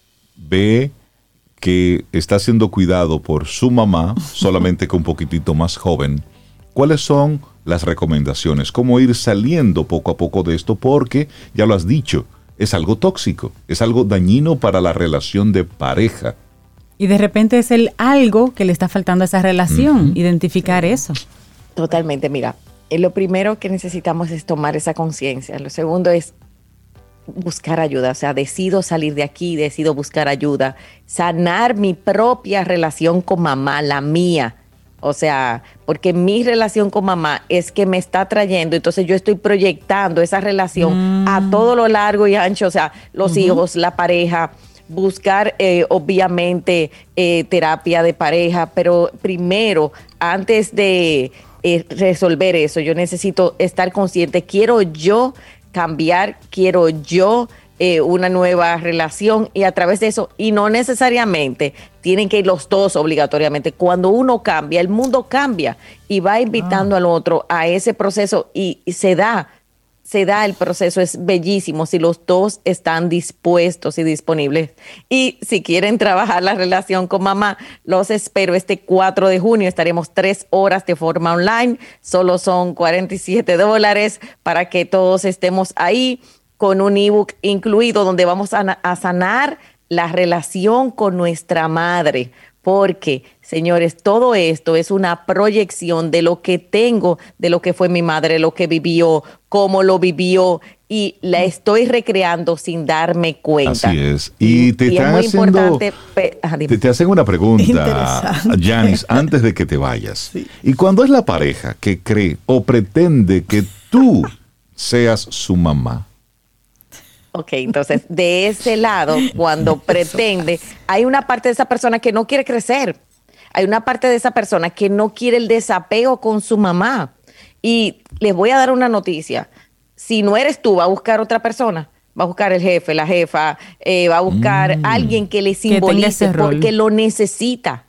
ve que está siendo cuidado por su mamá, solamente que un poquitito más joven, ¿cuáles son las recomendaciones? ¿Cómo ir saliendo poco a poco de esto? Porque, ya lo has dicho, es algo tóxico, es algo dañino para la relación de pareja. Y de repente es el algo que le está faltando a esa relación, uh-huh. identificar eso. Totalmente, mira, eh, lo primero que necesitamos es tomar esa conciencia. Lo segundo es buscar ayuda, o sea, decido salir de aquí, decido buscar ayuda, sanar mi propia relación con mamá, la mía. O sea, porque mi relación con mamá es que me está trayendo, entonces yo estoy proyectando esa relación mm. a todo lo largo y ancho, o sea, los uh-huh. hijos, la pareja, buscar eh, obviamente eh, terapia de pareja, pero primero, antes de eh, resolver eso, yo necesito estar consciente, quiero yo cambiar, quiero yo Eh, una nueva relación, y a través de eso, y no necesariamente tienen que ir los dos obligatoriamente. Cuando uno cambia, el mundo cambia y va invitando ah. al otro a ese proceso, y, y se da, se da el proceso, es bellísimo si los dos están dispuestos y disponibles. Y si quieren trabajar la relación con mamá, los espero este cuatro de junio, estaremos tres horas de forma online, solo son cuarenta y siete dólares para que todos estemos ahí, con un ebook incluido donde vamos a, a sanar la relación con nuestra madre, porque, señores, todo esto es una proyección de lo que tengo, de lo que fue mi madre, lo que vivió, cómo lo vivió, y la estoy recreando sin darme cuenta. Así es. Y te, y están es muy haciendo, pe- ah, te, te hacen una pregunta, Yanis, antes de que te vayas. Sí. Y cuando es la pareja que cree o pretende que tú seas su mamá, ok, entonces, de ese lado, cuando pretende, hay una parte de esa persona que no quiere crecer. Hay una parte de esa persona que no quiere el desapego con su mamá. Y les voy a dar una noticia. Si no eres tú, va a buscar otra persona. Va a buscar el jefe, la jefa, eh, va a buscar mm, alguien que le simbolice que porque lo necesita.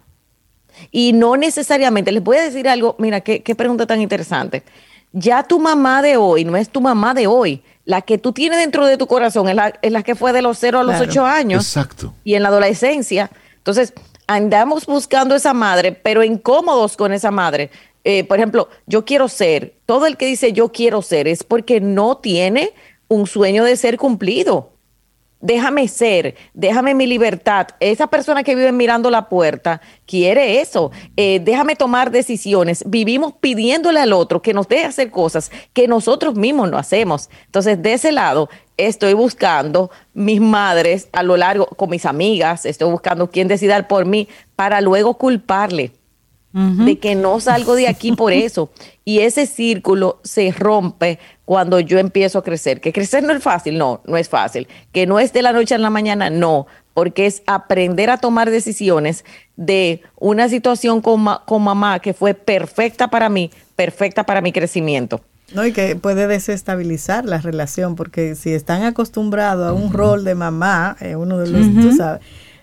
Y no necesariamente, les voy a decir algo, mira, qué, qué pregunta tan interesante. Ya tu mamá de hoy no es tu mamá de hoy. La que tú tienes dentro de tu corazón es la, es la que fue de los cero a los ocho años. Exacto. Y en la adolescencia. Entonces, andamos buscando esa madre, pero incómodos con esa madre. Eh, por ejemplo, yo quiero ser. Todo el que dice yo quiero ser es porque no tiene un sueño de ser cumplido. Déjame ser, déjame mi libertad. Esa persona que vive mirando la puerta quiere eso. Eh, déjame tomar decisiones. Vivimos pidiéndole al otro que nos deje hacer cosas que nosotros mismos no hacemos. Entonces, de ese lado, estoy buscando mis madres a lo largo, con mis amigas, estoy buscando quién decida por mí para luego culparle uh-huh. de que no salgo de aquí por eso. Y ese círculo se rompe cuando yo empiezo a crecer. Que crecer no es fácil, no, no es fácil. Que no es de la noche a la mañana, no, porque es aprender a tomar decisiones de una situación con, ma- con mamá que fue perfecta para mí, perfecta para mi crecimiento. No, y que puede desestabilizar la relación, porque si están acostumbrados a un uh-huh. rol de mamá, eh, uno de los, uh-huh. tú sabes,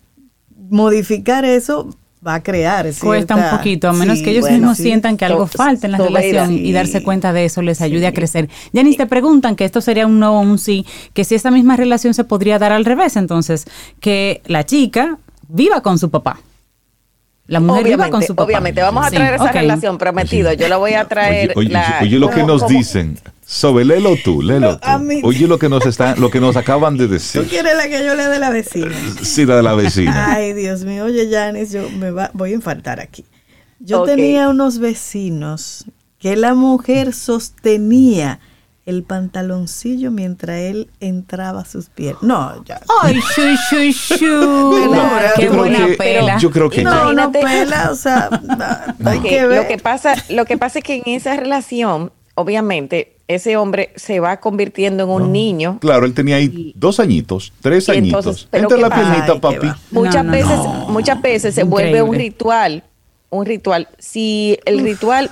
modificar eso va a crear cierta, cuesta un poquito, a menos sí, que ellos bueno, mismos sí, sientan que algo so, falta en la so, relación sí. y darse cuenta de eso les ayude sí. a crecer. Ya ni te preguntan que esto sería un no o un sí, que si esa misma relación se podría dar al revés, entonces, que la chica viva con su papá. La mujer obviamente, viva con su papá. Obviamente, vamos a traer sí, esa okay. relación, prometido. Yo la voy a traer. Oye, oye, la, oye, oye lo que nos como, dicen. Sobe, léelo tú, léelo no, tú. Mí, oye lo que nos está, lo que nos acaban de decir. ¿Tú quieres la que yo lea de la vecina? Sí, la de la vecina. Ay, Dios mío. Oye, Yanis, yo me va, voy a infartar aquí. Yo okay. tenía unos vecinos que la mujer sostenía el pantaloncillo mientras él entraba a sus pies. No, ya. Ay, shu, shu, shu. No, Qué yo creo buena que- pela. Yo creo que No, no Imagínate. pela, o sea, no, hay Ok, que ver. Lo que pasa, lo que pasa es que en esa relación, obviamente, ese hombre se va convirtiendo en un niño. Claro, él tenía ahí dos añitos, tres Y añitos. entonces, ¿pero Entre qué la pasa? piernita, Ay, qué papi. va. Muchas No, no, veces, no. muchas veces se Increíble. vuelve un ritual, un ritual. Si el ritual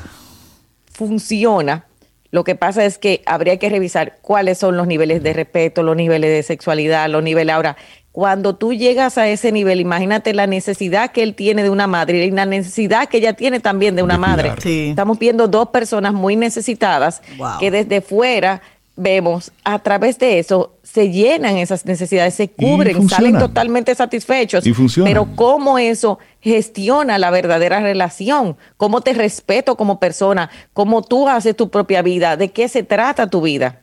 funciona, lo que pasa es que habría que revisar cuáles son los niveles de respeto, los niveles de sexualidad, los niveles ahora. Cuando tú llegas a ese nivel, imagínate la necesidad que él tiene de una madre y la necesidad que ella tiene también de una De madre. cuidar. Sí. Estamos viendo dos personas muy necesitadas Wow. que desde fuera vemos a través de eso se llenan esas necesidades, se cubren, salen funcionan. totalmente satisfechos. Y funcionan. Pero cómo eso gestiona la verdadera relación, cómo te respeto como persona, cómo tú haces tu propia vida, de qué se trata tu vida.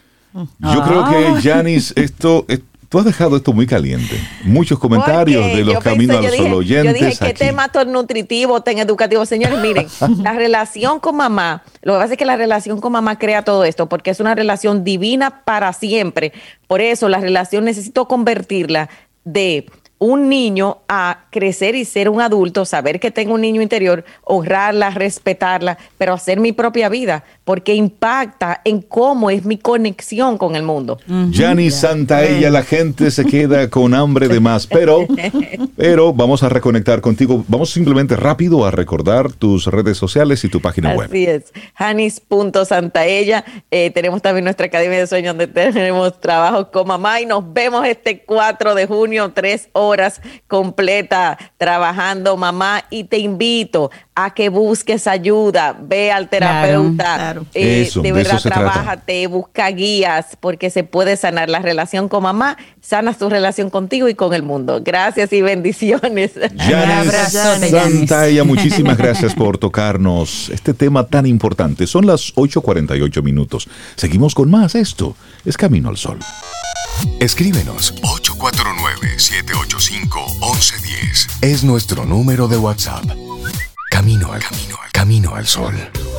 Yo creo Ah. que, Yanis, esto, eh, tú has dejado esto muy caliente. Muchos comentarios Porque de los yo pensé, Caminos yo al dije- Sol Yo oyentes dije, qué aquí. tema tan nutritivo, tan educativo. Señores, miren, la relación con mamá, lo que pasa es que la relación con mamá crea todo esto, porque es una relación divina para siempre. Por eso la relación necesito convertirla de un niño a crecer y ser un adulto, saber que tengo un niño interior, honrarla, respetarla, pero hacer mi propia vida, porque impacta en cómo es mi conexión con el mundo. Yanis Santaella, la gente se queda con hambre de más, pero, pero vamos a reconectar contigo. Vamos simplemente rápido a recordar tus redes sociales y tu página web. Así es, janis punto santaella. Eh, tenemos también nuestra Academia de Sueños donde tenemos trabajos con mamá y nos vemos este cuatro de junio, tres horas completa trabajando mamá, y te invito a que busques ayuda, ve al terapeuta, claro. eh, Eso, de de verdad eso se trata. trabájate, busca guías, porque se puede sanar la relación con mamá, sanas tu relación contigo y con el mundo. Gracias y bendiciones. Yanis abrazote, Santaella, muchísimas gracias por tocarnos este tema tan importante. Son las ocho cuarenta y ocho minutos. Seguimos con más. Esto es Camino al Sol. Escríbenos ocho cuatro nueve, siete ocho cinco, once diez. Es nuestro número de WhatsApp. Camino al Camino al Camino al Sol.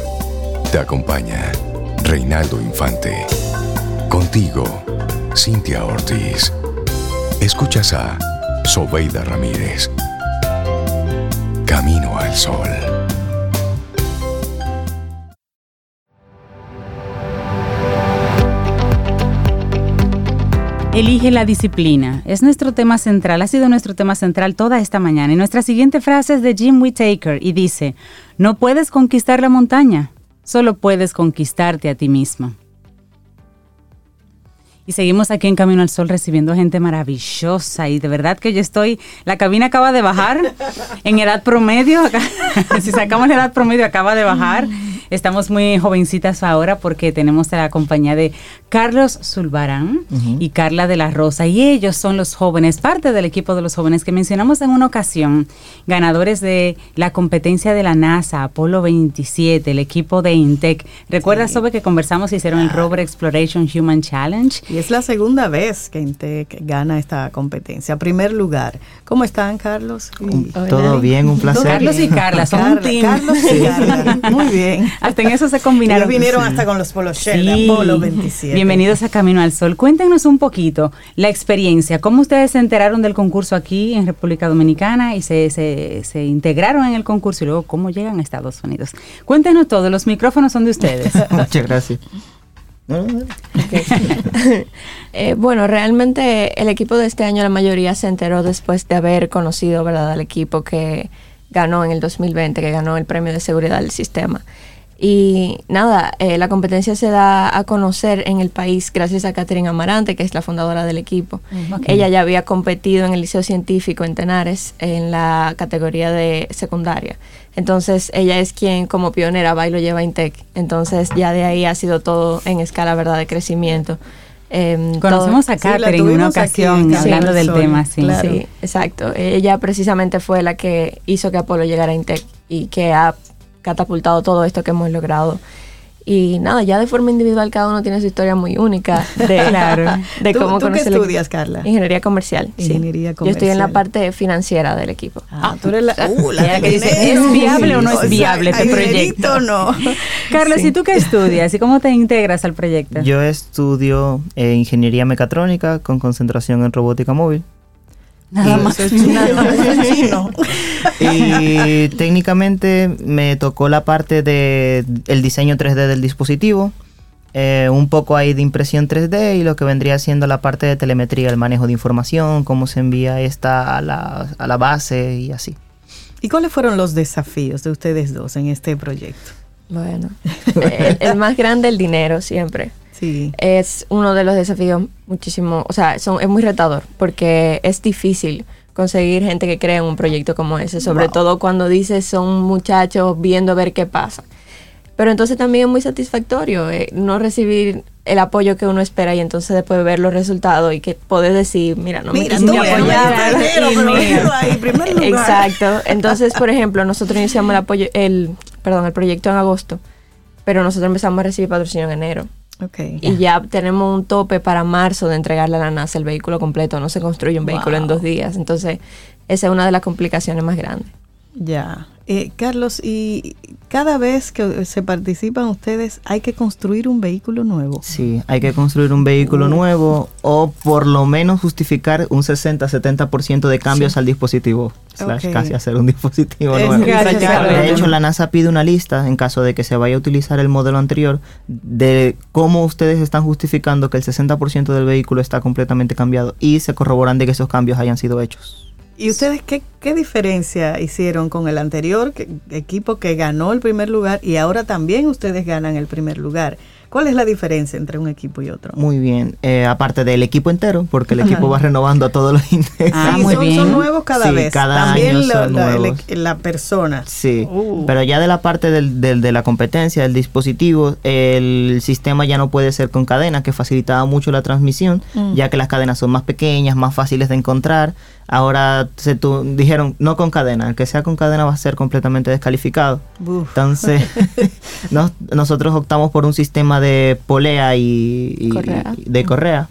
Te acompaña Reinaldo Infante. Contigo, Cintia Ortiz. Escuchas a Sobeida Ramírez. Camino al Sol. Elige la disciplina. Es nuestro tema central, ha sido nuestro tema central toda esta mañana. Y nuestra siguiente frase es de Jim Whittaker y dice: no puedes conquistar la montaña, solo puedes conquistarte a ti mismo. Y seguimos aquí en Camino al Sol recibiendo gente maravillosa y de verdad que yo estoy, la cabina acaba de bajar en edad promedio, acá, si sacamos la edad promedio acaba de bajar. Estamos muy jovencitas ahora porque tenemos la compañía de Carlos Zulbarán uh-huh. y Carla de la Rosa, y ellos son los jóvenes, parte del equipo de los jóvenes que mencionamos en una ocasión, ganadores de la competencia de la NASA, Apolo veintisiete, el equipo de INTEC. ¿Recuerdas, sí. Sobe, que conversamos y hicieron el Rover Exploration Human Challenge? Y es la segunda vez que INTEC gana esta competencia. Primer lugar. ¿Cómo están, Carlos? Y, Todo bien, un placer. Carlos y Carla, son Carla, un team. Carlos y Carla, muy bien. Hasta en eso se combinaron. Ellos vinieron sí. hasta con los poloches sí. de Apolo veintisiete. Bienvenidos a Camino al Sol. Cuéntenos un poquito la experiencia. ¿Cómo ustedes se enteraron del concurso aquí en República Dominicana y se, se, se integraron en el concurso y luego cómo llegan a Estados Unidos? Cuéntenos todo. Los micrófonos son de ustedes. Muchas gracias. Okay. eh, bueno, realmente el equipo de este año, la mayoría se enteró después de haber conocido, ¿verdad?, al equipo que ganó en el dos mil veinte, que ganó el premio de seguridad del sistema. Y nada, eh, la competencia se da a conocer en el país gracias a Catherine Amarante, que es la fundadora del equipo. Okay. Ella ya había competido en el Liceo Científico en Tenares en la categoría de secundaria. Entonces ella es quien como pionera va y lo lleva a INTEC. Entonces ya de ahí ha sido todo en escala, ¿verdad?, de crecimiento. Eh, Conocemos todo, a Catherine sí, en una ocasión aquí, hablando sí, del sol, tema. Sí. Claro. Sí, exacto. Ella precisamente fue la que hizo que Apolo llegara a INTEC y que ha catapultado todo esto que hemos logrado. Y nada, ya de forma individual cada uno tiene su historia muy única de, claro. de ¿Tú, cómo ¿tú qué conocer estudias, Carla? Ingeniería comercial. Ingeniería sí. comercial. Yo estoy en la parte financiera del equipo. Ah, tú eres la, uh, la Ya que dice, dinero. ¿es viable o no es O sea, viable este ¿hay proyecto? dinerito o no? Carlos, Sí. ¿y tú qué estudias y cómo te integras al proyecto? Yo estudio eh, ingeniería mecatrónica con concentración en robótica móvil. Nada Y- más. Eso es chino, eso es chino. Y técnicamente me tocó la parte de el diseño tres D del dispositivo, eh, un poco ahí de impresión tres D y lo que vendría siendo la parte de telemetría, el manejo de información, cómo se envía esta a la, a la base y así. ¿Y cuáles fueron los desafíos de ustedes dos en este proyecto? Bueno, el, el más grande, el dinero siempre. Sí. Es uno de los desafíos muchísimo, o sea, son, es muy retador porque es difícil conseguir gente que crea en un proyecto como ese, sobre Wow. todo cuando dices son muchachos viendo a ver qué pasa. Pero entonces también es muy satisfactorio eh, no recibir el apoyo que uno espera y entonces después ver los resultados y que poder decir, mira, no Mira, me tú quisiste me apoyar. apoyaste dinero, Y pero mira. míralo ahí, primer lugar. Exacto. Entonces, por ejemplo, nosotros iniciamos el apoyo, el, perdón, el proyecto en agosto, pero nosotros empezamos a recibir patrocinio en enero. Okay. Y ya tenemos un tope para marzo de entregarle a la NASA el vehículo completo. No se construye un vehículo Wow. en dos días. Entonces, esa es una de las complicaciones más grandes. Ya. Eh, Carlos, y cada vez que se participan ustedes, ¿hay que construir un vehículo nuevo? Sí, hay que construir un vehículo nuevo o por lo menos justificar un sesenta a setenta por ciento de cambios Sí. al dispositivo, slash Ok. casi hacer un dispositivo Es nuevo. gracias, Carlos. De hecho, la NASA pide una lista en caso de que se vaya a utilizar el modelo anterior de cómo ustedes están justificando que el sesenta por ciento del vehículo está completamente cambiado y se corroboran de que esos cambios hayan sido hechos. ¿Y ustedes qué, qué diferencia hicieron con el anterior que- equipo que ganó el primer lugar y ahora también ustedes ganan el primer lugar? ¿Cuál es la diferencia entre un equipo y otro? Muy bien, eh, aparte del equipo entero, porque el Ajá. equipo va renovando a todos los integrantes. Ah, Sí, muy son, bien. son nuevos cada Sí, vez. cada también año la, son la- el- nuevos. la persona. Sí, Uh. pero ya de la parte del, del- de la competencia, del dispositivo, el sistema ya no puede ser con cadena, que facilitaba mucho la transmisión, Mm. ya que las cadenas son más pequeñas, más fáciles de encontrar. Ahora se tu- dijeron, no con cadena, el que sea con cadena va a ser completamente descalificado. Uf. Entonces, nos- nosotros optamos por un sistema de polea y, y- Correa. y de correa.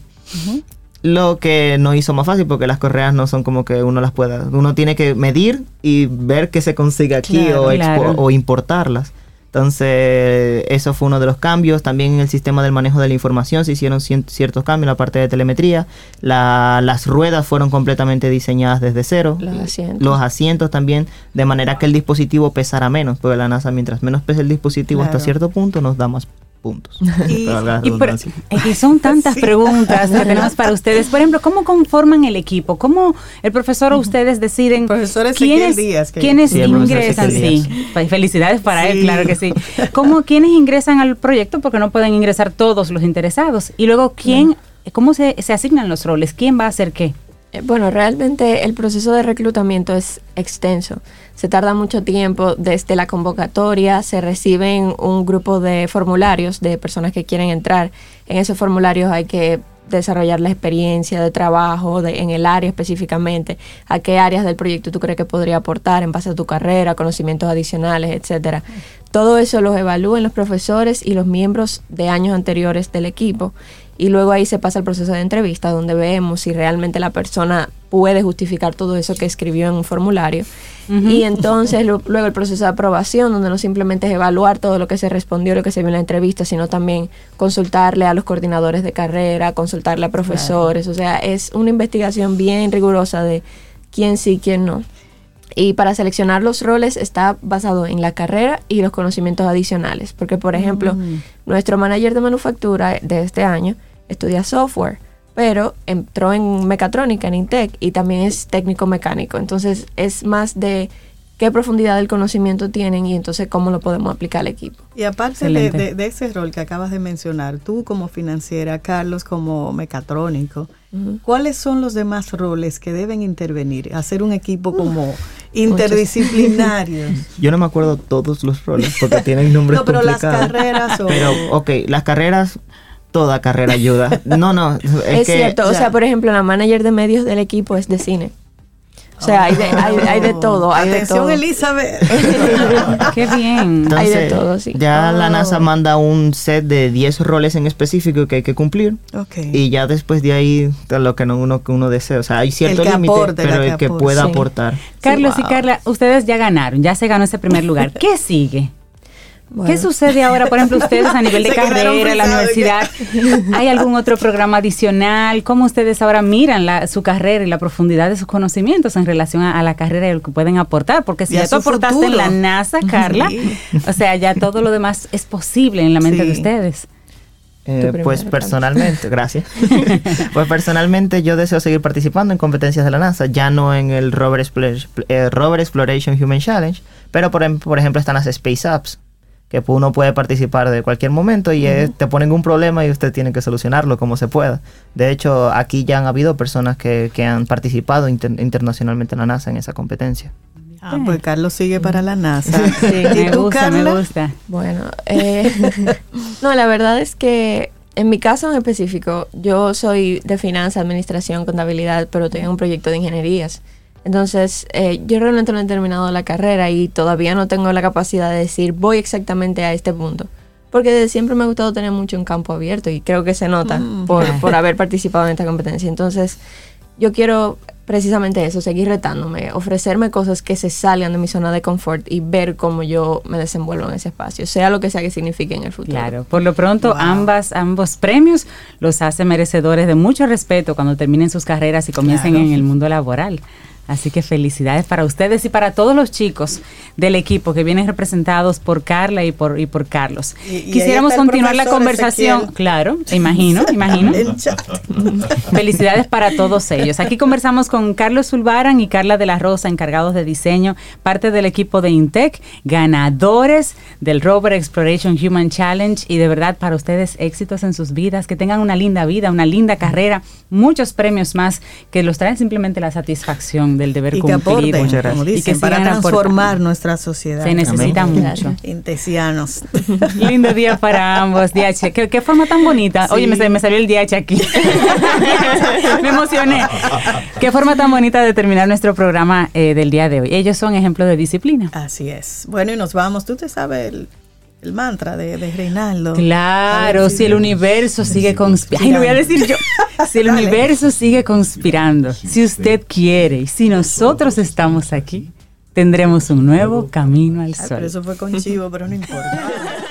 Lo que nos hizo más fácil porque las correas no son como que uno las pueda. Uno tiene que medir y ver qué se consigue aquí Claro, o, expo- claro. o importarlas. Entonces, eso fue uno de los cambios. También en el sistema del manejo de la información se hicieron cien- ciertos cambios en la parte de telemetría. La- las ruedas fueron completamente diseñadas desde cero. Los asientos. Los asientos también, de manera que el dispositivo pesara menos. Porque la NASA, mientras menos pese el dispositivo Claro. hasta cierto punto, nos da más puntos. Y- Valga la Y por- redundancia. es que son tantas Sí. preguntas que tenemos para ustedes. Por ejemplo, ¿cómo conforman el equipo? ¿Cómo el profesor o ustedes deciden Profesor Ezequiel quiénes, Díaz, que- quiénes Sí, el profesor ingresan? Ezequiel Sí, Fe- felicidades para él, Sí. claro que sí. ¿Cómo quiénes ingresan al proyecto? Porque no pueden ingresar todos los interesados. Y luego, ¿quién, cómo se, se asignan los roles? ¿Quién va a hacer qué? Eh, Bueno, realmente el proceso de reclutamiento es extenso. Se tarda mucho tiempo desde la convocatoria, se reciben un grupo de formularios de personas que quieren entrar. En esos formularios hay que desarrollar la experiencia de trabajo de- en el área específicamente, a qué áreas del proyecto tú crees que podría aportar en base a tu carrera, conocimientos adicionales, etcétera. Todo eso los evalúan los profesores y los miembros de años anteriores del equipo. Y luego ahí se pasa el proceso de entrevista donde vemos si realmente la persona puede justificar todo eso que escribió en un formulario. Ujú. Y entonces lo- luego el proceso de aprobación donde no simplemente es evaluar todo lo que se respondió, lo que se vio en la entrevista, sino también consultarle a los coordinadores de carrera, consultarle a profesores. O sea, es una investigación bien rigurosa de quién sí, quién no. Y para seleccionar los roles está basado en la carrera y los conocimientos adicionales. Porque, por ejemplo, Mm. nuestro manager de manufactura de este año estudia software, pero entró en mecatrónica, en Intec, y también es técnico mecánico. Entonces, es más de qué profundidad del conocimiento tienen y entonces cómo lo podemos aplicar al equipo. Y aparte de, Excelente. de- de ese rol que acabas de mencionar, tú como financiera, Carlos como mecatrónico, Ujú. ¿cuáles son los demás roles que deben intervenir? Hacer un equipo como interdisciplinario. Yo no me acuerdo todos los roles porque tienen nombres No, pero las complicados. carreras o... Pero, ok, las carreras, toda carrera ayuda. No, no, es, Es, que cierto, o ya. sea, por ejemplo, la manager de medios del equipo es de cine. O sea, hay de, hay, hay de todo. Hay Atención, de todo. Elizabeth. Qué bien. Entonces, Hay de todo, sí. ya Oh. la NASA manda un set de diez roles en específico que hay que cumplir. Okay. Y ya después de ahí, lo que no, uno, que uno desea. O sea, hay cierto El que límite, aporte, pero la que el que aporte. pueda Sí. aportar. Carlos Sí, y wow. Carla, ustedes ya ganaron, ya se ganó ese primer lugar. ¿Qué sigue? Bueno. ¿Qué sucede ahora, por ejemplo, ustedes a nivel de Se quedaron carrera, la pensados universidad? ¿Hay algún otro programa adicional? ¿Cómo ustedes ahora miran la, su carrera y la profundidad de sus conocimientos en relación a, a la carrera y lo que pueden aportar? Porque si Y a ya tú su aportaste futuro. en la NASA, Carla, Sí. o sea, ya todo lo demás es posible en la mente Sí. de ustedes. Eh, primero, pues Carlos. personalmente, gracias. Pues personalmente yo deseo seguir participando en competencias de la NASA, ya no en el Rover, Expl- eh, Rover Exploration Human Challenge, pero por, em- por ejemplo están las Space Apps, que uno puede participar de cualquier momento y eh, te ponen un problema y usted tiene que solucionarlo como se pueda. De hecho, aquí ya han habido personas que, que han participado inter- internacionalmente en la NASA en esa competencia. Ah, pues Carlos sigue para la NASA. Sí, ¿Y me tú, gusta, Carla? me gusta. Bueno, eh, no, la verdad es que en mi caso en específico, yo soy de finanzas, administración, contabilidad, pero tengo un proyecto de ingenierías. Entonces, eh, yo realmente no he terminado la carrera y todavía no tengo la capacidad de decir voy exactamente a este punto. Porque desde siempre me ha gustado tener mucho en campo abierto y creo que se nota Mm. por, por haber participado en esta competencia. Entonces, yo quiero precisamente eso, seguir retándome, ofrecerme cosas que se salgan de mi zona de confort y ver cómo yo me desenvuelvo en ese espacio, sea lo que sea que signifique en el futuro. Claro, por lo pronto Wow. ambas, ambos premios los hace merecedores de mucho respeto cuando terminen sus carreras y comiencen Claro. en el mundo laboral. Así que felicidades para ustedes y para todos los chicos del equipo que vienen representados por Carla y por, y por Carlos. Y- y ahí Quisiéramos está el continuar la profesor conversación. Ezequiel. Claro, imagino, imagino. El chat. Felicidades para todos ellos. Aquí conversamos con Carlos Zulbaran y Carla de la Rosa, encargados de diseño, parte del equipo de Intec, ganadores del Rover Exploration Human Challenge, y de verdad para ustedes éxitos en sus vidas, que tengan una linda vida, una linda carrera, muchos premios más que los traen simplemente la satisfacción del deber Y que cumplido. aporten, como Y que dicen, para sigan transformar aportando. nuestra sociedad. Se necesita Amén. mucho. Intesianos. Lindo día para ambos, D H. ¿Qué, qué forma tan bonita? Sí. Oye, me, me salió el D H aquí. Me emocioné. Qué forma tan bonita de terminar nuestro programa eh, del día de hoy. Ellos son ejemplos de disciplina. Así es. Bueno, y nos vamos. Tú te sabes el, el mantra de, de Reinaldo. Claro, A ver si el universo sigue conspirando. Ay, lo voy a decir yo. Si el Dale. universo sigue conspirando, si usted quiere y si nosotros estamos aquí, tendremos un nuevo camino al Ay, pero sol. eso fue con chivo, pero no importa.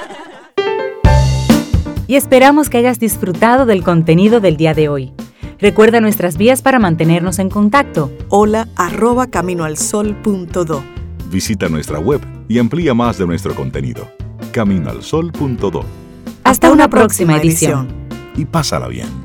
Y esperamos que hayas disfrutado del contenido del día de hoy. Recuerda nuestras vías para mantenernos en contacto. Hola arroba caminoalsol punto do. Visita nuestra web y amplía más de nuestro contenido. camino al sol punto do. Hasta una próxima edición. Y pásala bien.